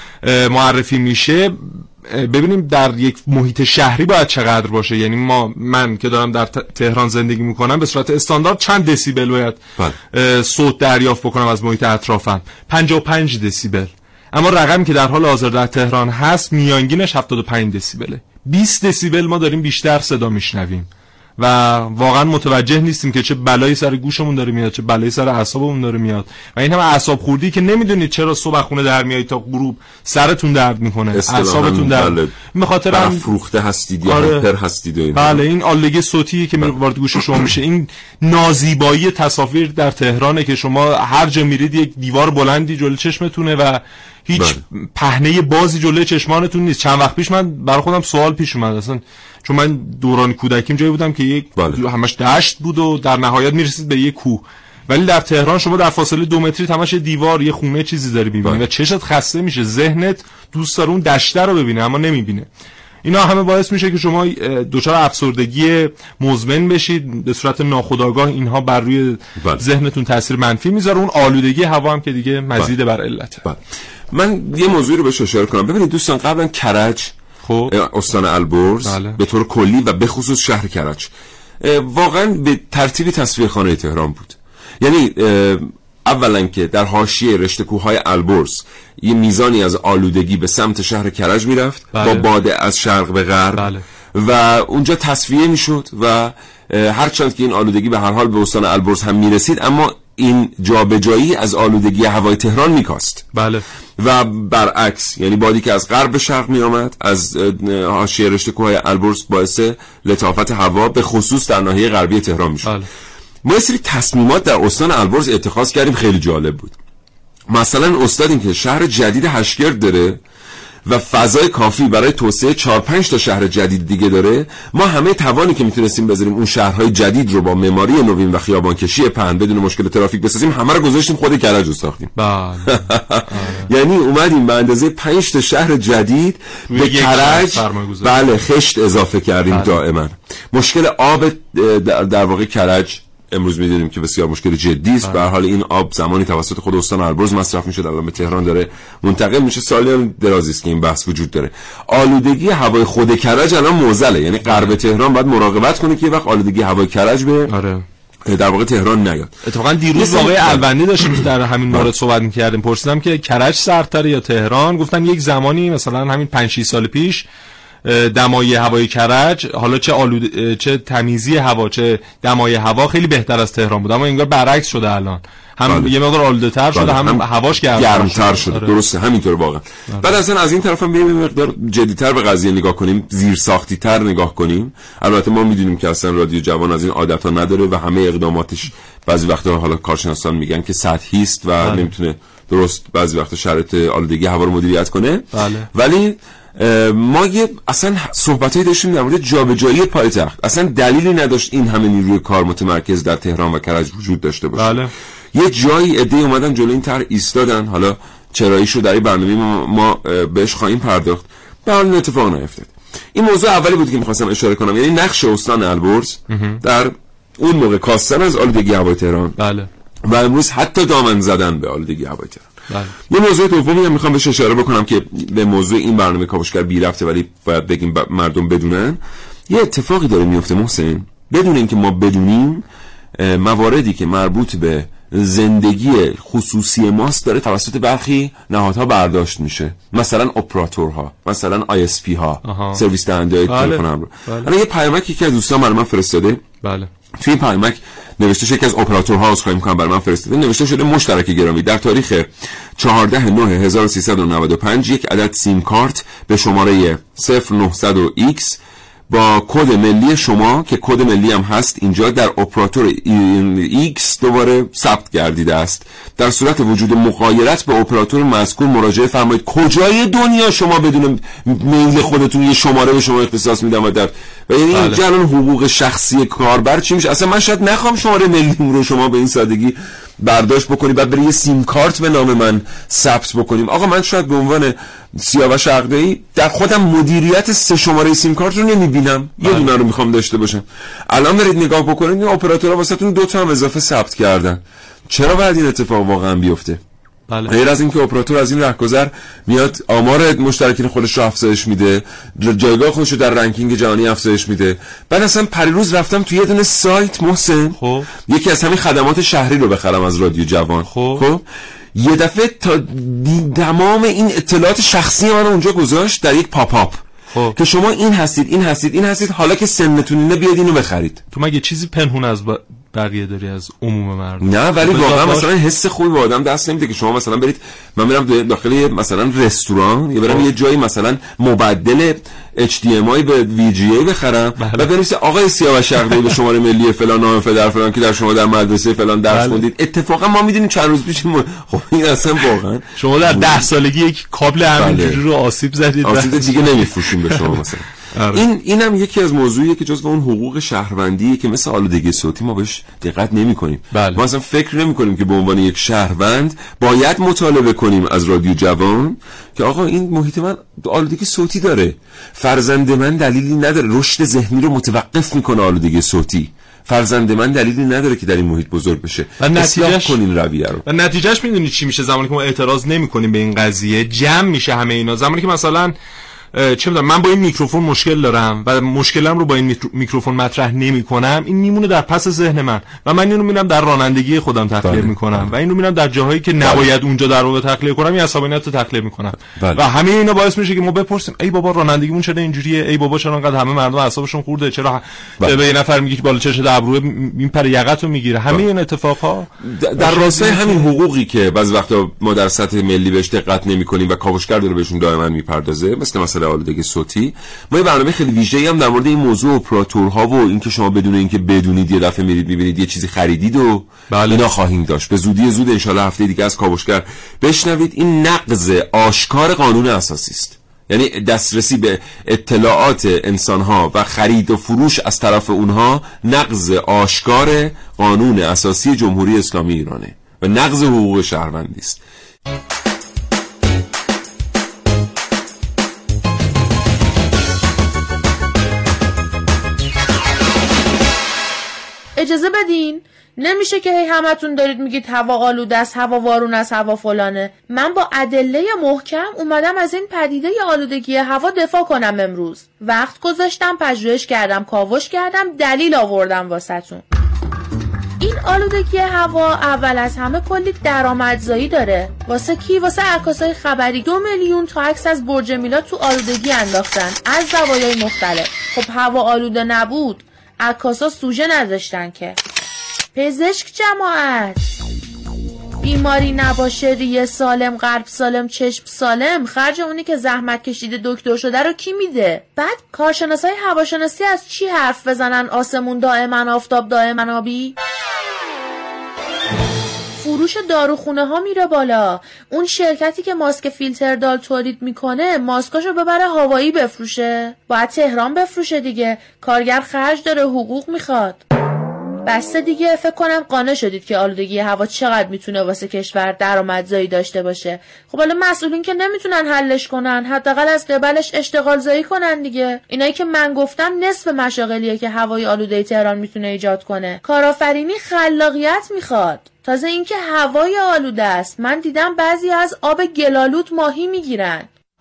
معرفی میشه، ببینیم در یک محیط شهری باید چقدر باشه. یعنی ما من که دارم در تهران زندگی میکنم به صورت استاندارد چند دسیبل باید بله. صوت دریافت بکنم از محیط اطرافم؟ پنجاه و پنج دسیبل. اما رقمی که در حال حاضر در تهران هست میانگینش هفتاد و پنج دسیبله. بیست دسیبل ما داریم بیشتر صدا میشنویم و واقعا متوجه نیستیم که چه بلایی سر گوشمون داره میاد، چه بلایی سر اعصابمون داره میاد و این همه اعصاب خوردی که نمیدونید چرا صبح خونه در میایید تا غروب سرتون درد میکنه، اعصابتون درد بله. به خاطر هم فروخته هستید یا آره. هایپر هستید و این بله این آلودگی صوتی که وارد گوش شما میشه، این نازیبایی تصاویر در تهرانه که شما هر جا میرید یک دیوار بلندی جلوی چشمتونه و هیچ بله. پهنه بازی جلوی چشمانتون نیست. چند وقت پیش من برای خودم سوال پیش اومد، اصلا چون من دوران کودکیم جایی بودم که یک بله. همش دشت بود و در نهایت میرسید به یک کوه، ولی در تهران شما در فاصله دو متری همش دیوار، یه خونه، چیزی داری میبینی بله. و چشت خسته میشه، ذهنت دوست داره اون دشت رو ببینه اما نمیبینه. اینا همه باعث میشه که شما دچار افسردگی مزمن بشید به صورت ناخودآگاه. اینها بر روی بله. ذهنتون تاثیر منفی میذاره. اون آلودگی هوا هم که دیگه مزید بله. بر علته. بله. من یه موضوعی رو بهش اشاره کنم. ببینید دوستان، قبلا کرج خب استان البرز بله. به طور کلی و به خصوص شهر کرج واقعا به ترتیبی تصفیه خانه تهران بود. یعنی اولا که در حاشیه رشته کوههای البرز یه میزانی از آلودگی به سمت شهر کرج میرفت بله. با باده از شرق به غرب بله. و اونجا تصفیه میشد و هرچند که این آلودگی به هر حال به استان البرز هم میرسید، اما این جابجایی از آلودگی هوای تهران میکاست بله. و برعکس، یعنی بادی که از غرب به شرق می آمد از حاشیه رشته کوههای البرز باعث لطافت هوا به خصوص در ناحیه غربی تهران میشد بله. ما یه سری تصمیمات در استان البرز اتخاذ کردیم، خیلی جالب بود. مثلا استادیم که شهر جدید هشگرد داره و فضای کافی برای توسعه چهار پنج تا شهر جدید دیگه داره، ما همه توانی که میتونستیم بذاریم اون شهرهای جدید رو با معماری نوین و خیابانکشی پهن بدون مشکل ترافیک بسازیم، همه رو گذاشتیم خود کرج رو ساختیم. بله. یعنی اومدیم به اندازه پنج تا شهر جدید به کرج بله خشت اضافه کردیم بله. دائما مشکل آب در واقع کرج امروز می‌دونیم که بسیار مشکل جدی است. به هر حال این آب زمانی توسط خود استان البرز مصرف می‌شد، الان به تهران داره منتقل میشه. سالی هم درازی است که این بحث وجود داره. آلودگی هوای خود کرج الان معضله، یعنی غرب تهران باید مراقبت کنه که یه وقت آلودگی هوای کرج به آره. در واقع تهران نیاد. اتفاقا دیروز آقای البندی داشتیم در همین مورد صحبت می‌کردیم، پرسیدم که کرج سردتره یا تهران، گفتن یک زمانی مثلا همین پنج شش سال پیش دمای هوای کرج، حالا چه آلود چه تمیزی هوا چه دمای هوا خیلی بهتر از تهران بود، اما انگار برعکس شده الان، هم بله. یه مقدار آلوده‌تر شده، هم, هم هواش گرمتر شده, شده. آره. درسته همینطور واقعا. بعد اصلا از این طرف هم بیایم مقدار جدی‌تر به قضیه نگاه کنیم، زیر ساختی‌تر نگاه کنیم. البته ما می‌دونیم که اصلا رادیو جوان از این عادت‌ها نداره و همه اقداماتش بعضی وقتا حالا کارشناسان میگن که سطحی است و بله. نمیتونه درست بعضی وقتا شرایط آلودگی هوا رو مدیریت کنه. بله. ولی ما یه اصلا صحبتایی داشتیم در مورد جابجایی پایتخت، اصلا دلیلی نداشت این همه نیروی کار متمرکز در تهران و کرج وجود داشته باشه. بله. یه جایی عده‌ای اومدن جلوی این طرح ایستادن، حالا چراییشو در این برنامه ما بهش خواهیم پرداخت، به حال اتفاق نیفتاد. این موضوع اولی بود که می‌خواستم اشاره کنم، یعنی نقش استان البرز در اون موقع کاستن از آلودگی هوای تهران. بله. و امروز حتی دامن زدن به آلودگی هوای تهران. بله. یه موضوع دومی هم میخوام بهش اشاره بکنم که به موضوع این برنامه کاوشگر بی ربطه، ولی باید بگیم مردم بدونن. یه اتفاقی داره میفته محسن، بدون اینکه ما بدونیم، مواردی که مربوط به زندگی خصوصی ماست داره توسط برخی نهادها برداشت میشه، مثلا اپراتورها، مثلا آی اس پی ها، سرویس دهنده‌های تلفن همراه. الان یه پیامکی که از دوستان برای من فرستاده، بله، توی این پیامک نوشته شده که از اپراتورها از خواهیم کنم برای من فرستاده، نوشته شده مشترک گرامی، در تاریخ چهاردهم نه هزار و سیصد و نود و پنج یک عدد سیم کارت به شماره صفر نهصد ایکس با کد ملی شما که کد ملی هم هست اینجا در اپراتور ایکس دوباره ثبت گردیده است. در صورت وجود مغایرت به اپراتور مذکور مراجعه فرمایید. کجای دنیا شما بدون میل خودتون یه شماره به شما اختصاص میدم و در و یعنی بله. اینجا الان حقوق شخصی کاربر چی میشه؟ اصلا من شاید نخوام شماره ملیم رو شما به این سادگی برداشت بکنی بعد بری یه سیم کارت به نام من ثبت بکنیم. آقا من شاید به عنوان سیاوش عقده‌ای در خودم مدیریت سه شماره سیم کارت رو نمیبینم، یه دونه رو میخوام داشته باشم. الان برید نگاه بکنید این اپراتورها واسهتون دو تا هم اضافه ثبت کردن. چرا باید این اتفاق واقعا بیفته؟ بله. غیر از اینکه اپراتور از این رهگذر میاد آمار مشترکین خودش رو افزایش میده، جایگاه خودش رو در رنکینگ جهانی افزایش میده. بعد اصلا پریروز رفتم توی یه دونه سایت محسن، خب یکی از همین خدمات شهری رو بخرم از رادیو جوان، خب, خب؟ یه دفعه تا تمام این اطلاعات شخصی من اونجا گذاشت در یک پاپ آپ، خب که شما این هستید این هستید این هستید، حالا که سنتون اینه بیاد اینو بخرید. تو مگه چیزی پنهون از با... بقیه داری از عموم مردم؟ نه ولی واقعا مثلا حس خوبی به آدم دست نمیده که شما مثلا برید، من میرم داخل مثلا رستوران یا برم یه جایی مثلا مبدل اچ دی ام آی به وی جی ای بخرم و بنویسه آقای سیاوش عقده‌ای به شماره ملی فلان نام فلان فلان که در شما در مدرسه فلان درس خوندید. اتفاقا ما میدونیم چند روز پیش م... خب این اصلا واقعا شما در ده سالگی یک کابل همینجوری رو آسیب زدید، آسیب دیگه نمیفروشیم به شما مثلا. این اینم یکی از موضوعیه که جزو اون حقوق شهروندیه که مثل آلودگی صوتی ما بهش دقت نمی‌کنیم. ما اصلا فکر نمی‌کنیم که به عنوان یک شهروند باید مطالبه کنیم از رادیو جوان که آقا این محیط من آلودگی صوتی داره، فرزند من دلیلی نداره، رشد ذهنی رو متوقف میکنه آلودگی صوتی، فرزند من دلیلی نداره که در این محیط بزرگ بشه. و نتیجهش کنین رویه رو. و نتیجهش میدونید چی میشه؟ زمانی که ما اعتراض نمی‌کنیم به این قضیه جمع میشه همه اینا. زمانی که مثلا چه میدونم من با این میکروفون مشکل دارم و مشکلم رو با این میکروفون مطرح نمی‌کنم، این میمونه در پس ذهن من و من اینو میرم در رانندگی خودم تخلیه میکنم و اینو میرم در جاهایی که نباید اونجا در واقع تخلیه کنم این عصبانیت رو تخلیه میکنم و همه اینا باعث میشه که ما بپرسیم ای بابا رانندگیمون چرا اینجوریه، ای بابا چرا انقدر همه مردم اعصابشون خورده، چرا به یه نفر میگی که بالا چش ابرو این پر یقتو میگیره. همه این اتفاقها در راستای همین حقوقی که بعضی وقتا ما در سطح ملی بهش دقت نمی‌کنیم و کاوشگر داره بهشون دائما میپردازه، مثل مسئله آلودگی صوتی. ما یه برنامه خیلی ویژه‌ای هم در مورد این موضوع اپراتورها و اینکه شما بدون اینکه بدونید یه دفعه میرید میبینید یه چیزی خریدید و بله. اینا خواهیم داشت. به زودی زود ان شاءالله هفته دیگه از کاوشگر بشنوید. این نقض آشکار قانون اساسی است، یعنی دسترسی به اطلاعات انسان‌ها و خرید و فروش از طرف اونها نقض آشکار قانون اساسی جمهوری اسلامی ایرانه و نقض حقوق شهروندی است. اجازه بدین، نمیشه که هی همتون دارید میگید هوا آلوده است، هوا وارون است، هوا فلانه. من با ادله محکم اومدم از این پدیده آلودگی هوا دفاع کنم. امروز وقت گذاشتم، پژوهش کردم، کاوش کردم، دلیل آوردم واسهتون. این آلودگی هوا اول از همه کلی درآمدزایی داره. واسه کی؟ واسه عکاسای خبری. دو میلیون تا عکس از برج میلاد تو آلودگی انداختن از زوایای مختلف. خب هوا آلوده نبود، عکاسا سوژه نداشتن که. پزشک جماعت، بیماری نباشه، ریه سالم، قلب سالم، چشم سالم، خرج اونی که زحمت کشیده دکتر شده رو کی میده؟ بعد کارشناسای هواشناسی از چی حرف بزنن؟ آسمون دائما آفتاب دائما آبی؟ فروش فروش داروخونه ها میره بالا. اون شرکتی که ماسک فیلتردار تولید میکنه ماسکاشو ببره هوایی بفروشه، باید تهران بفروشه دیگه. کارگر خرج داره، حقوق میخواد. بسته دیگه. فکر کنم قانع شدید که آلودگی هوا چقدر میتونه واسه کشور درآمدزایی داشته باشه. خب حالا مسئولین که نمیتونن حلش کنن، حداقل از قبلش اشتغال زایی کنن دیگه. اینایی که من گفتم نصف مشاغلیه که هوای آلوده تهران میتونه ایجاد کنه. کارآفرینی خلاقیت میخواد. تازه اینکه هوای آلوده است، من دیدم بعضی از آب گلالود ماهی میگیرن.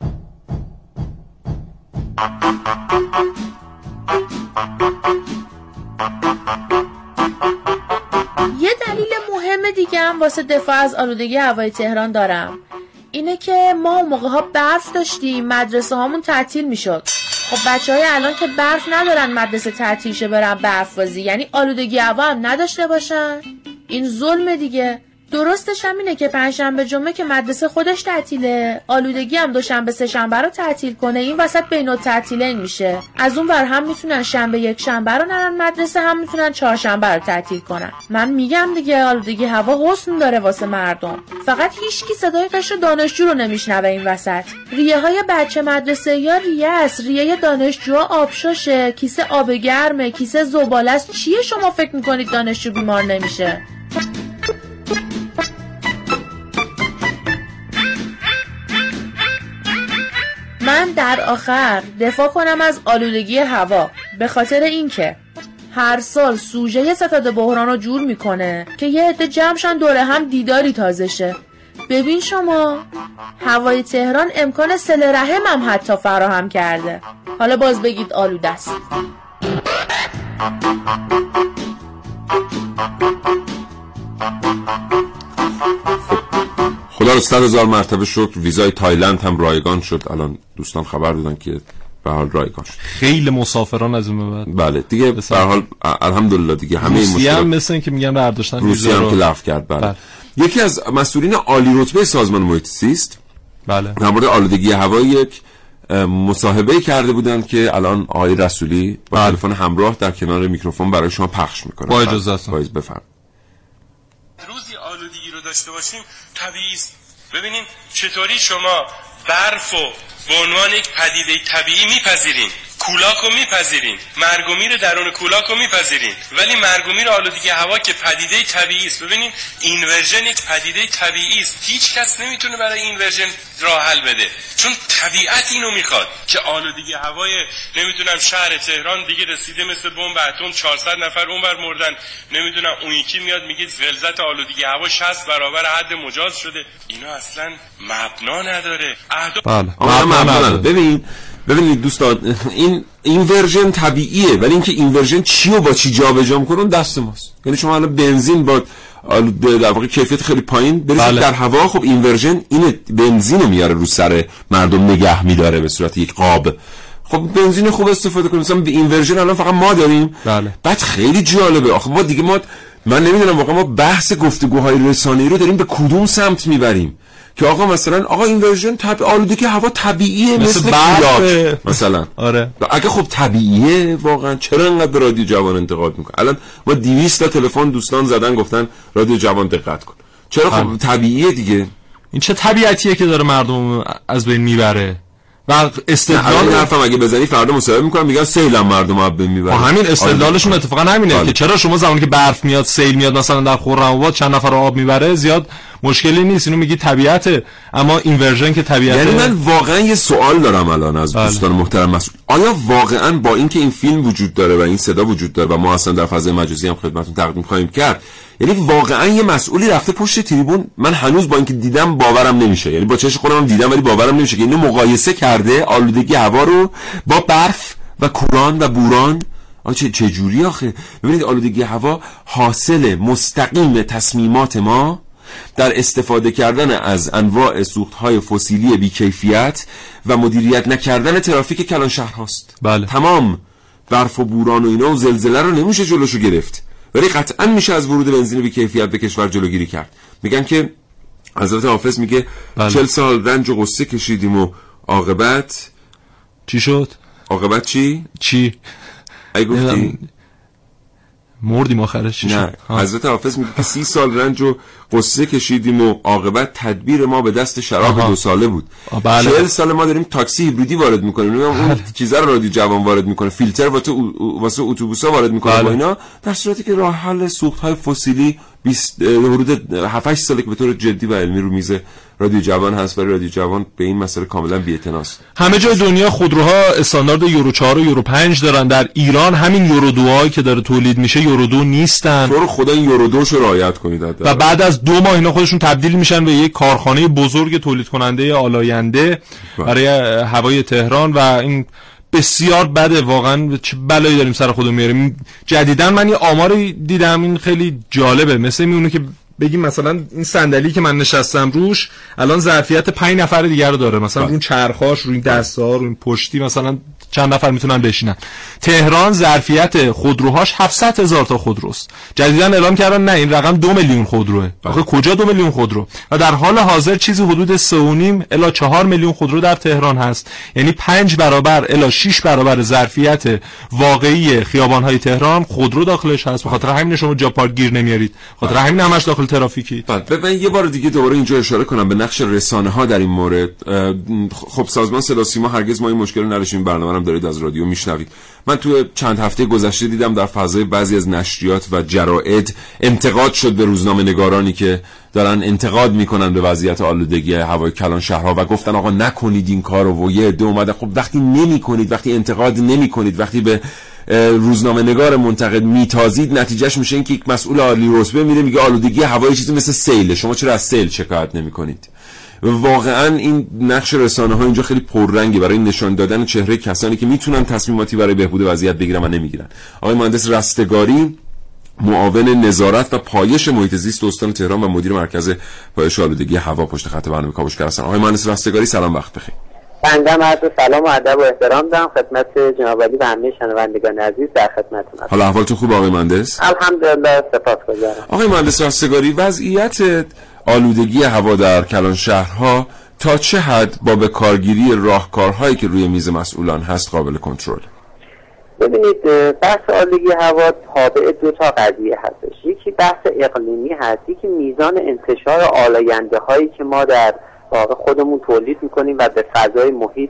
یه دلیل مهم دیگه هم واسه دفاع از آلودگی هوای تهران دارم. اینه که ما اون موقع ها برف داشتیم، مدرسه هامون تعطیل میشد. خب بچه های الان که برف ندارن مدرسه تعطیل شه برن برف بازی، یعنی آلودگی هوا هم نداشته باشن. این ظلم دیگه. درستش هم اینه که پنجشنبه جمعه که مدرسه خودش تعطیله، آلودگی هم دوشنبه سه شنبه رو تعطیل کنه. این وسط بین التعطیلین میشه. از اون ور هم میتونن شنبه یک شنبه رو نرن مدرسه، هم میتونن چهارشنبه رو تعطیل کنن. من میگم دیگه آلودگی هوا حسن داره واسه مردم، فقط هیچکی صدای قشر دانشجو رو نمیشنوه این وسط. ریه های بچه مدرسه یا ریه است، ریه دانشجو آبشوشه، کیسه آب گرمه، کیسه زباله است. چیه شما فکر میکنید دانشجو بیمار نمیشه؟ من در آخر دفاع کنم از آلودگی هوا به خاطر اینکه هر سال سوژه ستاد بحران رو جور میکنه که یه عده جمعشن دوره هم دیداری تازه شه. ببین شما، هوای تهران امکان صله رحم هم حتی فراهم کرده. حالا باز بگید آلوده است. خدا رو صد هزار مرتبه شکر ویزای تایلند هم رایگان شد. الان دوستان خبر دادن که به حال رایگان شد. خیلی مسافران از اون بعد. بله دیگه به حال الحمدلله دیگه همه این مشکلات هم مثل این که میگن برداشتن روسیه هم که لغو کرد. بله. بله یکی از مسئولین عالی رتبه سازمان محیط زیست بله در مورد آلودگی هوا یک مصاحبه کرده بودن که الان آقای رسولی با بله. تلفن همراه در کنار میکروفون برای شما پخش میکنه. با اجازهتون باید بفرمایید. روزی آلودگی رو داشته باشیم طبیعی است. ببینین چطوری شما برف و به عنوان یک پدیده طبیعی میپذیرین، کولاک رو میپذیرین، مرگ و میر درون کولاک رو میپذیرین، ولی مرگ و میر آلودگی هوا که پدیده طبیعی است. ببینین اینورژن یک پدیده طبیعی است. هیچ کس نمیتونه برای اینورژن راه حل بده، چون طبیعت اینو میخواد که آلودگی هوای نمیدونم شهر تهران دیگه رسیده مثل بمب اتم، چهارصد نفر اونور مردن، نمیدونم اون یکی میاد میگه غلظت آلودگی هوا شصت برابر حد مجاز شده. اینا اصلا مبنا نداره. بله ببین ببینید دوستان، این این ورژن طبیعیه، ولی اینکه این ورژن چی و با چی جابجا می‌کنه دست ماست. یعنی شما الان بنزین با در واقع کیفیت خیلی پایین بریزید بله. در هوا، خب این ورژن این بنزین رو میاره رو سر مردم نگه میداره به صورت یک قاب. خب بنزین خوب استفاده کنیم. مثلا این ورژن الان فقط ما داریم. بله. بعد خیلی جالبه آخه ما دیگه ما من نمیدونم واقعا ما بحث گفتگوهای رسانه‌ای رو داریم به کدوم سمت میبریم که آقا مثلا آقا این ورژن طب... آلودگی هوا طبیعیه مثل, مثل کولاک مثلا. آره اگه خب طبیعیه واقعا چرا انقدر به رادیو جوان انتقاد میکنه؟ الان ما دویست تا تلفن دوستان زدن گفتن رادیو جوان دقت کن. چرا خب آره. طبیعیه دیگه. این چه طبیعتیه که داره مردم از بین میبره؟ و استدلال حرفم اگه بزنی فردا مصاحبه میکنم میگن سیل هم مردم اب میبره. همین استدلالشون اتفاقا همینه آره. که چرا شما زمانی که برف میاد سیل میاد مثلا در خرم‌آباد چند نفر رو آب میبره زیاد مشکلی نیست، اینو میگی طبیعته، اما این ورژن که طبیعته. یعنی من واقعا یه سوال دارم الان از بله. دوستان محترم مسئول، آیا واقعا با اینکه این فیلم وجود داره و این صدا وجود داره و ما اصلا در فضای مجازی هم خدمتتون تقدیم خواهیم کرد، یعنی واقعا یه مسئولی رفته پشت تریبون؟ من هنوز با اینکه دیدم باورم نمیشه، یعنی با چشم خودم دیدم ولی باورم نمیشه که اینو مقایسه کرده آلودگی هوا رو با برف و کوران و بوران. آخه چه جوری آخه؟ ببینید آلودگی هوا حاصل مستقیم تصمیمات ما در استفاده کردن از انواع سوختهای فسیلی بیکیفیت و مدیریت نکردن ترافیک کلان شهرهاست. بله. تمام برف و بوران و اینا و زلزله رو نمیشه جلوشو گرفت، ولی قطعا میشه از ورود بنزین بیکیفیت به کشور جلوگیری کرد. میگن که حضرت حافظ میگه بله. چل سال رنج و غصه کشیدیم و عاقبت چی شد؟ عاقبت چی؟ چی؟ ای گفتی؟ مردیم آخرش چی نه حضرت حافظ میگه که سی سال رنج و قصه کشیدیم و عاقبت تدبیر ما به دست شراب آها. دو ساله بود. بله. چهل سال ما داریم تاکسی هیبریدی وارد میکنیم، بله. اون چیزا رو رادیو جوان وارد میکنه، فیلتر واسه واسه اتوبوسا وارد میکنه، بله. با اینا، در صورتی که راه حل سوخت‌های فسیلی بیست حدود هفت هشت ساله که به طور جدی و علمی رو میز رادیو جوان هست، ولی رادیو جوان به این مسئله کاملا بی‌اعتناست. همه جای دنیا خودروها استاندارد یورو چهار و یورو پنج دارن، در ایران همین یورو دو که داره تولید میشه یورو دو نیستن. تو رو خدا این یورو دو رو رعایت کنید. و بعد از دو ماه اینا خودشون تبدیل میشن به یک کارخانه بزرگ تولید کننده آلاینده برای هوای تهران و این بسیار بده واقعا. چه بلایی داریم سر خودمون میاریم. جدیداً من یه آماری دیدم این خیلی جالبه، مثل میونه که بگیم مثلا این صندلی که من نشستم روش الان ظرفیت پنج نفر دیگر رو داره، مثلا روی چرخاش، روی دست‌ها، روی پشتی مثلا چند نفر میتونن بشینن. تهران ظرفیت خودروهاش هفتصد هزار تا خودروست. جدیداً اعلام کردن نه این رقم دو میلیون خودروه. آخه کجا دو میلیون خودرو؟ و در حال حاضر چیزی حدود سه و نیم الی چهار میلیون خودرو در تهران هست. یعنی پنج برابر الی شش برابر ظرفیت واقعی خیابان‌های تهران خودرو داخلش هست. به خاطر همین شما جا پارک گیر نمیارید. به خاطر همین همش داخل ترافیکی. بعد من یه بار دیگه دوباره اینجا اشاره کنم به نقش رسانه‌ها در این مورد. خب سازمان صدا سیما هرگز ما این مشکل رو نداشتیم، برنامه هم دارید از رادیو میشنوید. من تو چند هفته گذشته دیدم در فضای بعضی از نشریات و جراید انتقاد شد به روزنامه‌نگارانی که دارن انتقاد میکنن به وضعیت آلودگی هوای کلان شهرها و گفتن آقا نکنید این کارو. و یه عده اومدن خب وقتی نمی‌کنید، وقتی انتقاد نمی‌کنید، وقتی به روزنامه نگار منتقد میتازید، نتیجهش میشه این که یک مسئول عالی رتبه میره میگه آلودگی هوایی چیزی مثل سیله، شما چرا از سیل شکایت نمی‌کنید؟ واقعا این نقش رسانه‌ها اینجا خیلی پررنگه برای نشان دادن چهره کسانی که میتونن تصمیماتی برای بهبود وضعیت بگیرن و نمیگیرن. آقای مهندس رستگاری، معاون نظارت و پایش محیط زیست استان تهران و مدیر مرکز پایش آلودگی هوا، پشت خط برنامه کاوشگر هستن. آقای مهندس رستگاری سلام، وقت بخیر. بنده عرض سلام و ادب و احترام دارم خدمت جناب عالی و همه شنوندگان عزیز، در خدمتتون هستم. حالا احوالتون خوبه آقای مهندس؟ الحمدلله، سپاسگزارم. آقای مهندس رستگاری، وضعیت آلودگی هوا در کلان شهرها تا چه حد با به کارگیری راهکارهایی که روی میز مسئولان هست قابل کنترل؟ ببینید، بحث آلودگی هوا تابع دو تا قضیه هستش. یکی بحث اقلیمی هست، یکی میزان انتشار آلاینده هایی که ما در واقع خودمون تولید میکنیم و به فضای محیط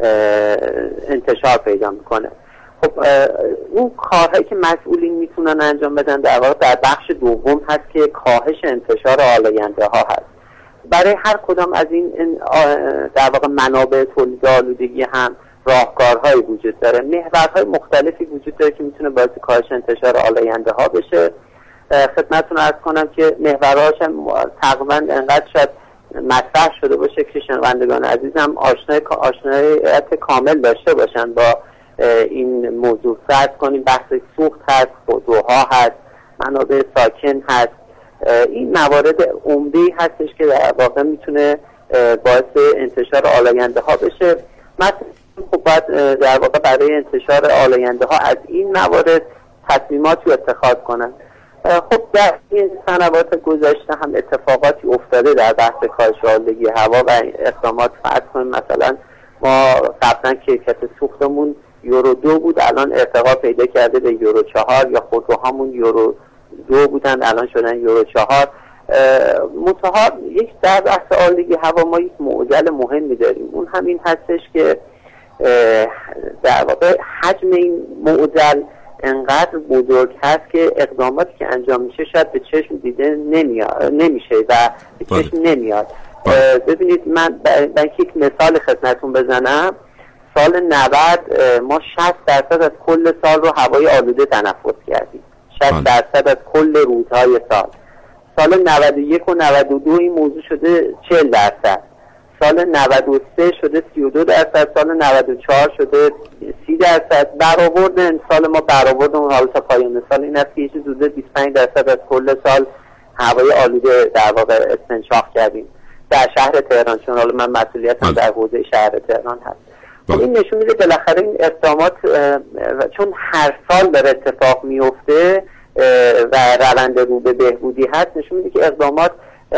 انتشار پیدا میکنه. خب اون کارهایی که مسئولین میتونن انجام بدن در واقع در بخش دوم هست که کاهش انتشار آلاینده ها هست. برای هر کدام از این در واقع منابع تولید آلودگی هم راهکارهایی وجود داره، محورهای مختلفی وجود داره که میتونه باعث کاهش انتشار آلاینده ها بشه. خدمتتون عرض کنم که محورهاش تقریبا انقدر شاید مطرح شده باشه که شنوندگان عزیزم آشنای آشناییت کامل داشته باشن با این موضوع. فرض کنیم بحث سوخت هست، خودروها هست، منابع ساکن هست. این موارد عمده‌ای هستش که در واقع میتونه باعث انتشار آلاینده ها بشه. مثلا خب باید در واقع برای انتشار آلاینده ها از این موارد تصمیماتی اتخاذ کنن. خب در این سنوات گذشته هم اتفاقاتی افتاده در بحث کاهش آلودگی هوا و اقدامات. فرض کنیم مثلا ما قبلا کیفیت سوختمون یورو دو بود، الان ارتقا پیدا کرده به یورو چهار، یا خودروهامون یورو دو بودن الان شدن یورو چهار. منتها یک در بحث آلودگی هوا ما یک معضل مهمی داریم، اون همین هستش که در واقع حجم این معضل انقدر بزرگ هست که اقداماتی که انجام میشه شاید به چشم دیده نمیاد نمیشه و به چشم نمیاد. ببینید من برای یک مثال خدمتتون بزنم. سال نود ما شصت درصد از کل سال رو هوای آلوده تنفس کردیم، شصت درصد از کل روزهای سال. سال نود و یک و نود و دو این موضوع شده چهل درصد، سال نود و سه شده سی و دو درصد، سال نود و چهار شده سی درصد. برآورد سال ما برآورد اون حالا تا پایان سال این است که یه چیز حدود بیست و پنج درصد از کل سال هوای آلوده در واقع استنشاق کردیم در شهر تهران، چون حالا من مسئولیتم در حوزه شهر تهران هست. این نشون میده بالاخره این اقدامات چون هر سال داره اتفاق میفته و روند رو به بهبودی هست، نشون میده که اقدامات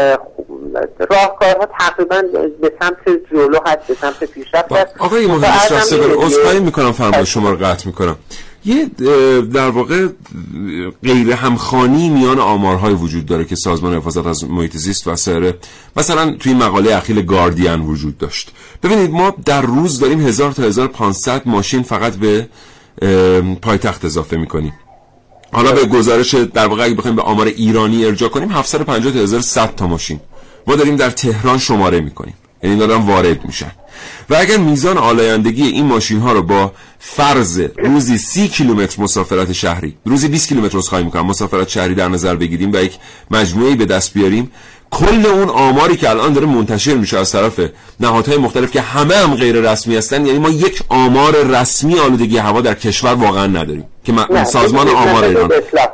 راهکارها تقریبا به سمت جلو هست، به سمت پیشرفت هست. آقای مهندس رستگاری، عذرخواهی میکنم فرمایش شما رو قطع میکنم. یه در واقع غیر همخوانی میان آمارهای وجود داره که سازمان حفاظت از محیط زیست و سایر مثلا توی مقاله اخیر گاردین وجود داشت. ببینید ما در روز داریم هزار تا هزار و پانصد ماشین فقط به پایتخت اضافه میکنیم. حالا به گزارش در واقع اگه بخوایم به آمار ایرانی ارجاع کنیم هفتصد و پنجاه تا هزار و صد تا ماشین ما داریم در تهران شماره میکنیم، یعنی دارن وارد میشن. و اگر میزان آلایندگی این ماشین ها رو با فرض روزی سی کیلومتر مسافرت شهری، روزی بیست کیلومتر رو خواهیم میکنم مسافرت شهری در نظر بگیریم و یک مجموعه‌ای به دست بیاریم، کل اون آماری که الان داره منتشر میشه از طرف نهادهای مختلف که همه هم غیر رسمی هستن، یعنی ما یک آمار رسمی آلودگی هوا در کشور واقعا نداریم که م... سازمان آمار ایران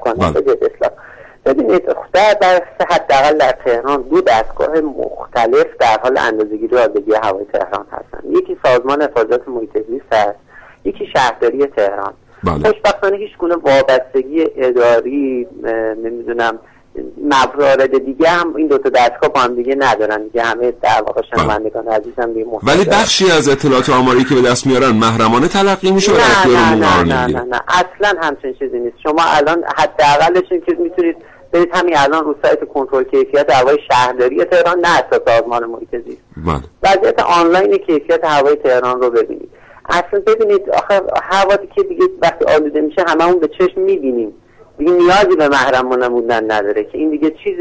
ببینید در حداقل در تهران دو دستگاه مختلف در حال اندازه‌گیری آلودگی هوای تهران هستند. یکی سازمان حفاظت محیط زیست است، یکی شهرداری تهران. خوشبختانه هیچ گونه وابستگی اداری نمیدونم موارد دیگه هم این دو تا دستگاه با هم دیگه ندارن دیگه، همه در واقع شنوندگان عزیزم دیگه مصدق. ولی بخشی از اطلاعات آماری که به دست میارن محرمانه تلقی میشه و نه نه نه نه نه اصلا همچین چیزی نیست. شما الان حداقلش این که میتونید برید همین الان رو سایت کنترل کیفیت هوای شهرداری تهران، نه اساس سازمان محیط زیست، وضعیت آنلاین کیفیت هوای تهران رو ببینید. اصلا ببینید آخه هوا که دیگه وقتی آلوده میشه هممون به چشم میبینیم، دیگه نیازی به محرم نمودن نداره که این دیگه چیز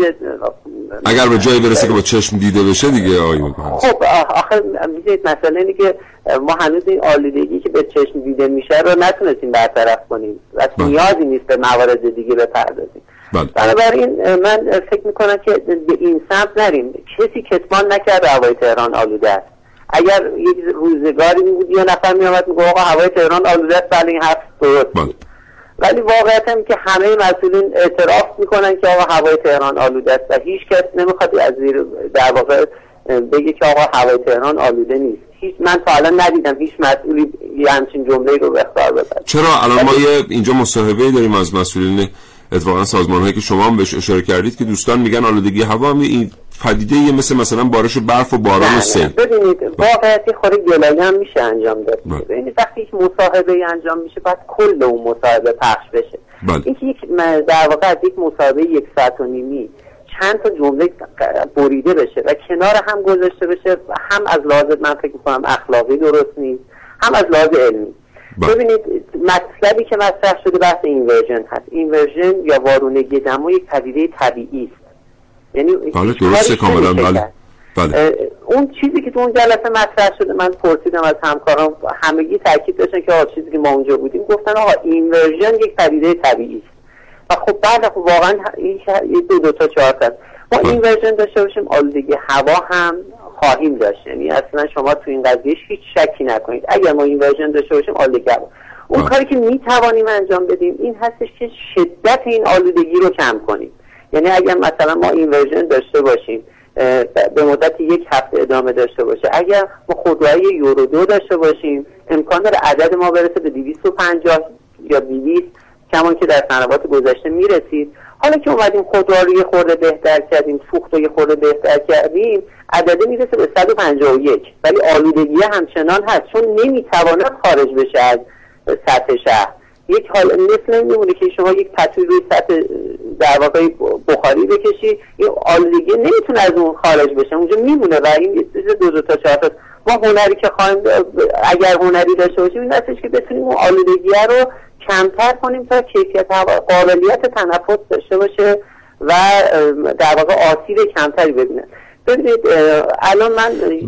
اگر به جایی برسه که با چشم دیده بشه دیگه آیون. خب آخه میدونید مسئله اینه که ما هنوز این آلودگی که به چشم دیده میشه رو نتونستیم برطرف کنیم و نیازی نیست به موارد دیگه بپردازیم. بنابراین من فکر میکنم که به این سمت نریم. کسی کتمان نکرده هوای تهران آلوده است. اگر یک روزگاری بود یه نفر میامد میگه آقا هوای تهران آلوده است، بله این حرف درست، ولی واقعیت هم که همه مسئولین اعتراف میکنن که آقا هوای تهران آلوده است و هیچ کس نمیخواد از زیر در واقع بگه که آقا هوای تهران آلوده نیست. هیچ من تا الان ندیدم هیچ مسئولی یه همچین جمله‌ای رو به اخطار ببره. چرا الان ما یه اینجا مصاحبه‌ای داریم از مسئولین اتفاقا سازمان‌هایی که شما هم بهش اشاره کردید که دوستان میگن آلودگی هوا هم این پدیده یه مثل مثلا بارش و برف و باران و سیل. ببینید واقعیتی خوری گلایه هم میشه انجام داد. ببینید وقتی یک مصاحبه انجام میشه بعد کل اون مصاحبه پخش بشه. این که یک در واقع از یک مصاحبه یک ساعت و نیمی چند تا جمله بریده بشه و کنار هم گذاشته بشه، هم از لحاظ من فکر می‌کنم اخلاقی درست نیست، هم از لحاظ علمی. ببینید مطلبی که مطرح شده بحث اینورژن هست. اینورژن یا وارونگی دما یک پدیده طبیعی است. یعنی بله درسته کاملا. بله بله اون چیزی که تو اون جلسه مطرح شده من پرسیدم از همکاران، همگی تاکید داشتن که آقا چیزی که ما اونجا بودیم گفتن آقا اینورژن یک پدیده طبیعی است. و خب بعد خب واقعا این دو دو تا چهار تا ما اینورژن داشته باشیم آلودگی هوا هم خواهیم داشت. یعنی اصلا شما تو این قضیه هیچ شکی نکنید، اگر ما این ورژن داشته باشیم آلودگی هوا. اون آه. کاری که میتوانیم انجام بدیم این هستش که شدت این آلودگی رو کم کنیم. یعنی اگر مثلا ما این ورژن داشته باشیم به مدت یک هفته ادامه داشته باشه، اگر ما خودروهای یورو دو داشته باشیم امکان داره عدد ما برسه به دویست و پنجاه یا دویست کمان که در سنوات گذشته میرسید. حالا که اومدیم خودرو رو یه خورده بهتر کردیم، سوخت رو یه خورده بهتر کردیم، عدده میرسه به صد و پنجاه و یک، ولی آلودگی همچنان هست چون نمیتواند خارج بشه از سطح شهر. یک حال مثل این میمونه که شما یک پتوی روی سطح در واقع بخاری بکشی، این آلودگی نمیتونه از اون خارج بشه، اونجا میمونه و این دو دو تا چهار تا ما هنری که خواهیم اگر هنری داشته باشیم این هستش که بتونیم اون آلودگی رو کمتر کنیم تا کیفیت هوا قابلیت تنفس داشته باشه و در واقع آسیب کمتری ببینه. ببینید الان من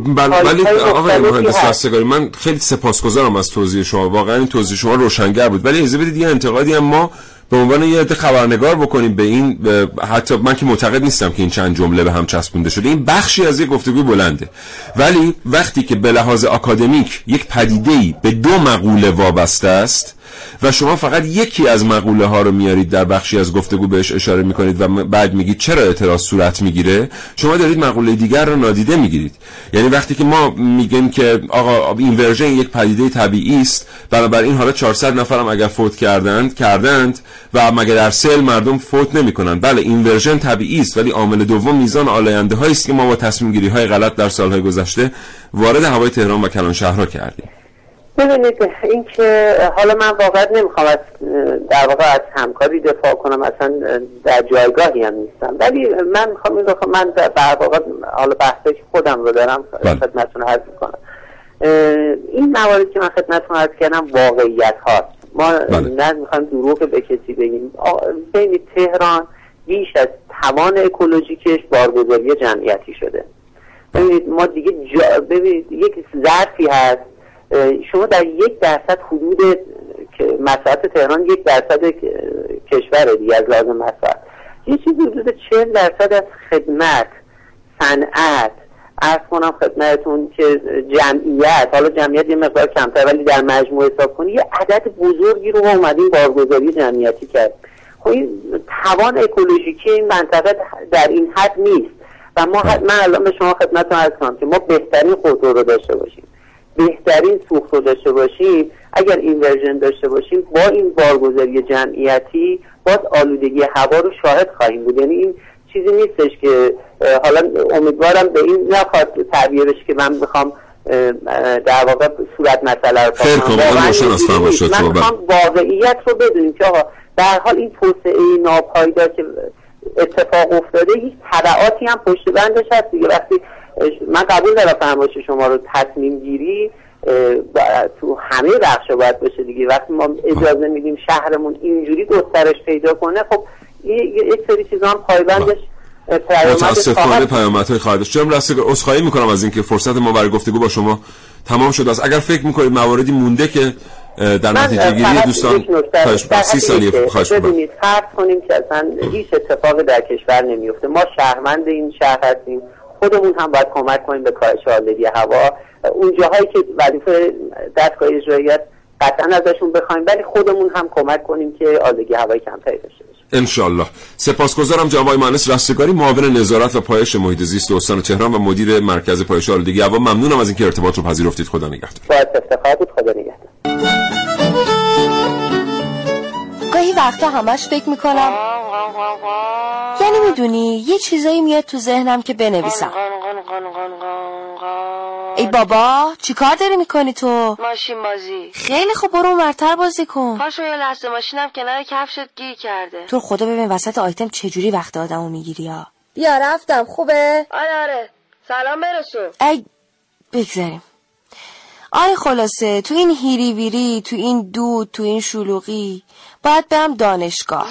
ولی آقای مهندس رستگاری من خیلی سپاسگزارم از توضیح شما، واقعا این توضیح شما روشنگر بود. ولی اجازه بدید یه انتقادی هم ما به عنوان یه عده خبرنگار بکنیم به این، حتی من که معتقد نیستم که این چند جمله به هم چسبونده شده، این بخشی از یک گفتگو بلنده، ولی وقتی که به لحاظ آکادمیک یک پدیده‌ای به دو مقوله وابسته است و شما فقط یکی از مقوله ها رو میارید در بخشی از گفتگو بهش اشاره میکنید و بعد میگید چرا اعتراض صورت میگیره، شما دارید مقوله دیگر رو نادیده میگیرید. یعنی وقتی که ما میگیم که آقا اینورژن یک پدیده طبیعی است، بنابراین حالا چهارصد نفرم اگر فوت کردند کردند و مگر در سیل مردم فوت نمیکنن، بله اینورژن طبیعی است، ولی عامل دوم میزان آلاینده هایی است که ما با تصمیم گیری های غلط در سالهای گذشته وارد هوای تهران و کلان شهرها کردیم. ببینید این که حالا من واقعا نمیخوام از در واقع از همکاری دفاع کنم، اصلا در جایگاهی هم نیستم، ولی من میخوام این رو من در واقع حالا بحثی که خودم رو دارم خدمتتون عرض میکنم. این مواردی که من خدمتتون عرض کردم واقعیت هاست. ما نه میخوایم دروغ به کسی بگیم. ببینید تهران بیش از توان اکولوژیکش بارگذاری جمعیتی شده. ببینید ما دیگه جا... ببینید یک ظرفی هست، شما در یک درصد حدود مساحت تهران یک درصد کشور دیگه از لازم مساحت، یه چیزی حدود چهل درصد از خدمت، صنعت، عرض کنم خدمتتون که جمعیت، حالا جمعیت یه مقدار کمتر ولی در مجموع حساب کنی یه عدد بزرگی رو ما اومدیم بارگذاری جمعیتی کرد. خب این توان اکولوژیکی این منطقه در این حد نیست و ما حد من الان به شما خدمتتون عرض کنم که ما بهترین خودرو رو داشته باشیم، بهترین سوخت رو داشته باشیم، اگر این ورژن داشته باشیم با این بارگذاری جمعیتی باز آلودگی هوا رو شاهد خواهیم بود. یعنی این چیزی نیستش که حالا امیدوارم به این نخواد تعبیه بشه که من بخوام در واقع صورت مسئله رو خیلی کنم. من میخوام واقعیت رو بدونیم که آقا در حال این توسعه ناپایدار که اتفاق افتاده هیچ تبعاتی هم پشت بندش هست دیگه. وقتی من قبول دارم فرمایش شما رو، تصمیم گیری تو همه بخشا باید بشه دیگه. وقتی ما اجازه میدیم شهرمون اینجوری گسترش پیدا کنه، خب یک سری چیزا هم پایبندش متاسفانه پیامدهای خواهد داشت. چرا راستی عذرخواهی میکنم از اینکه فرصت ما برای گفتگو با شما تمام شده است. اگر فکر میکنید مواردی مونده که در نتیجه گیری دوستان سی ثانیه خواهش می‌کنم. ببینید فرض کنیم که اصلا هیچ اتفاقی در کشور نمیفته، ما شهروند این شهر هستیم، خودمون هم باید کمک کنیم به کاهش آلودگی هوا. اون جاهایی که وظیفه دستگاه اجرایی قطعا ازشون بخوایم، ولی خودمون هم کمک کنیم که آلودگی هوایی کمتری داشته باشیم. ان شاء الله. سپاسگزارم جناب آقای مهندس رستگاری، معاون نظارت و پایش محیط زیست استان تهران و مدیر مرکز پایش آلودگی هوا. ممنونم از اینکه ارتباط رو پذیرفتید. خدا نگهدار. با افتخار بود. خدا نگهدار. گاهی وقتا همش فکر میکنم، یعنی میدونی یه چیزایی میاد تو ذهنم که بنویسم. ای بابا چی کار داری میکنی تو؟ ماشین بازی. خیلی خوب، برو اونورتر بازی کن. پاشو یه لحظه، ماشینم کنار کفشت گیر کرده. تو خدا ببین وسط آیتم چجوری وقت آدمو میگیری ها. بیا رفتم. خوبه؟ آره آره سلام برسون. ای بگذاریم. آره خلاصه تو این هیری ویری، تو این دود، تو این شلوغی باید برم دانشگاه.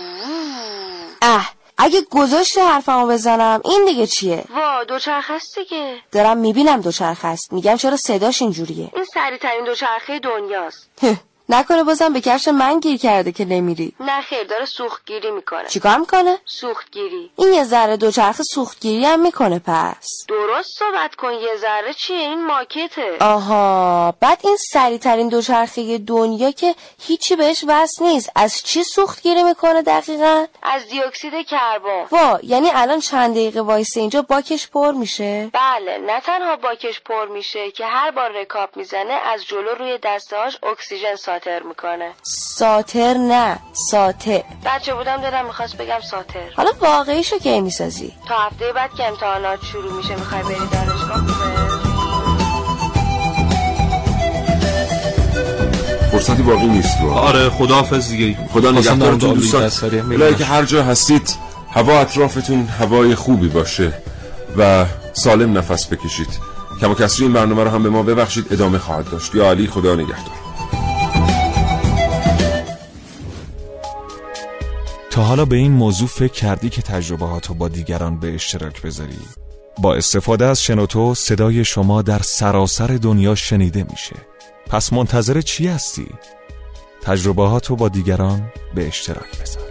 اه اگه گذاشت حرفمو بزنم این دیگه چیه؟ وا دوچرخه است دیگه. دارم میبینم دوچرخه است، میگم چرا صداش اینجوریه؟ این سریع ترین دوچرخه دنیاست. نکنه بازم به کفش من گیر کرده که نمیری؟ نه خیر، داره سوختگیری میکنه. چیکار میکنه؟ سوختگیری. این یه ذره دوچرخه سوختگیری هم میکنه پس. درست صحبت کن. یه ذره چیه؟ این ماکته. آها بعد این سریع ترین دوچرخه دنیا که هیچی بهش وصل نیست، از چی سوختگیری میکنه دقیقاً؟ از دی اکسید کربن. وا یعنی الان چند دقیقه وایسه اینجا باکش پر میشه؟ بله، نه تنها باکش پر میشه که هر بار رکاب میزنه از جلو روی دستهاش اکسیژن ساتر میکنه. ساتر نه ساتر. بچه بودم دلم میخواست بگم ساتر. حالا واقعیشو کی میسازی؟ تا هفته بعد که امتحانات شروع میشه میخوای بری دانشگاه؟ فرصتی باقی نیست رو. آره خداحافظ دیگه. خدا نگهدارتون دوستان. الهی که هر جا هستید هوا اطرافتون هوای خوبی باشه و سالم نفس بکشید. کم و کسری این برنامه رو هم به ما ببخشید، ادامه خواهد داشت. یا علی خدا نگهدار. تا حالا به این موضوع فکر کردی که تجربهاتو با دیگران به اشتراک بذاری؟ با استفاده از شنوتو صدای شما در سراسر دنیا شنیده میشه. پس منتظر چی هستی؟ تجربهاتو با دیگران به اشتراک بذار.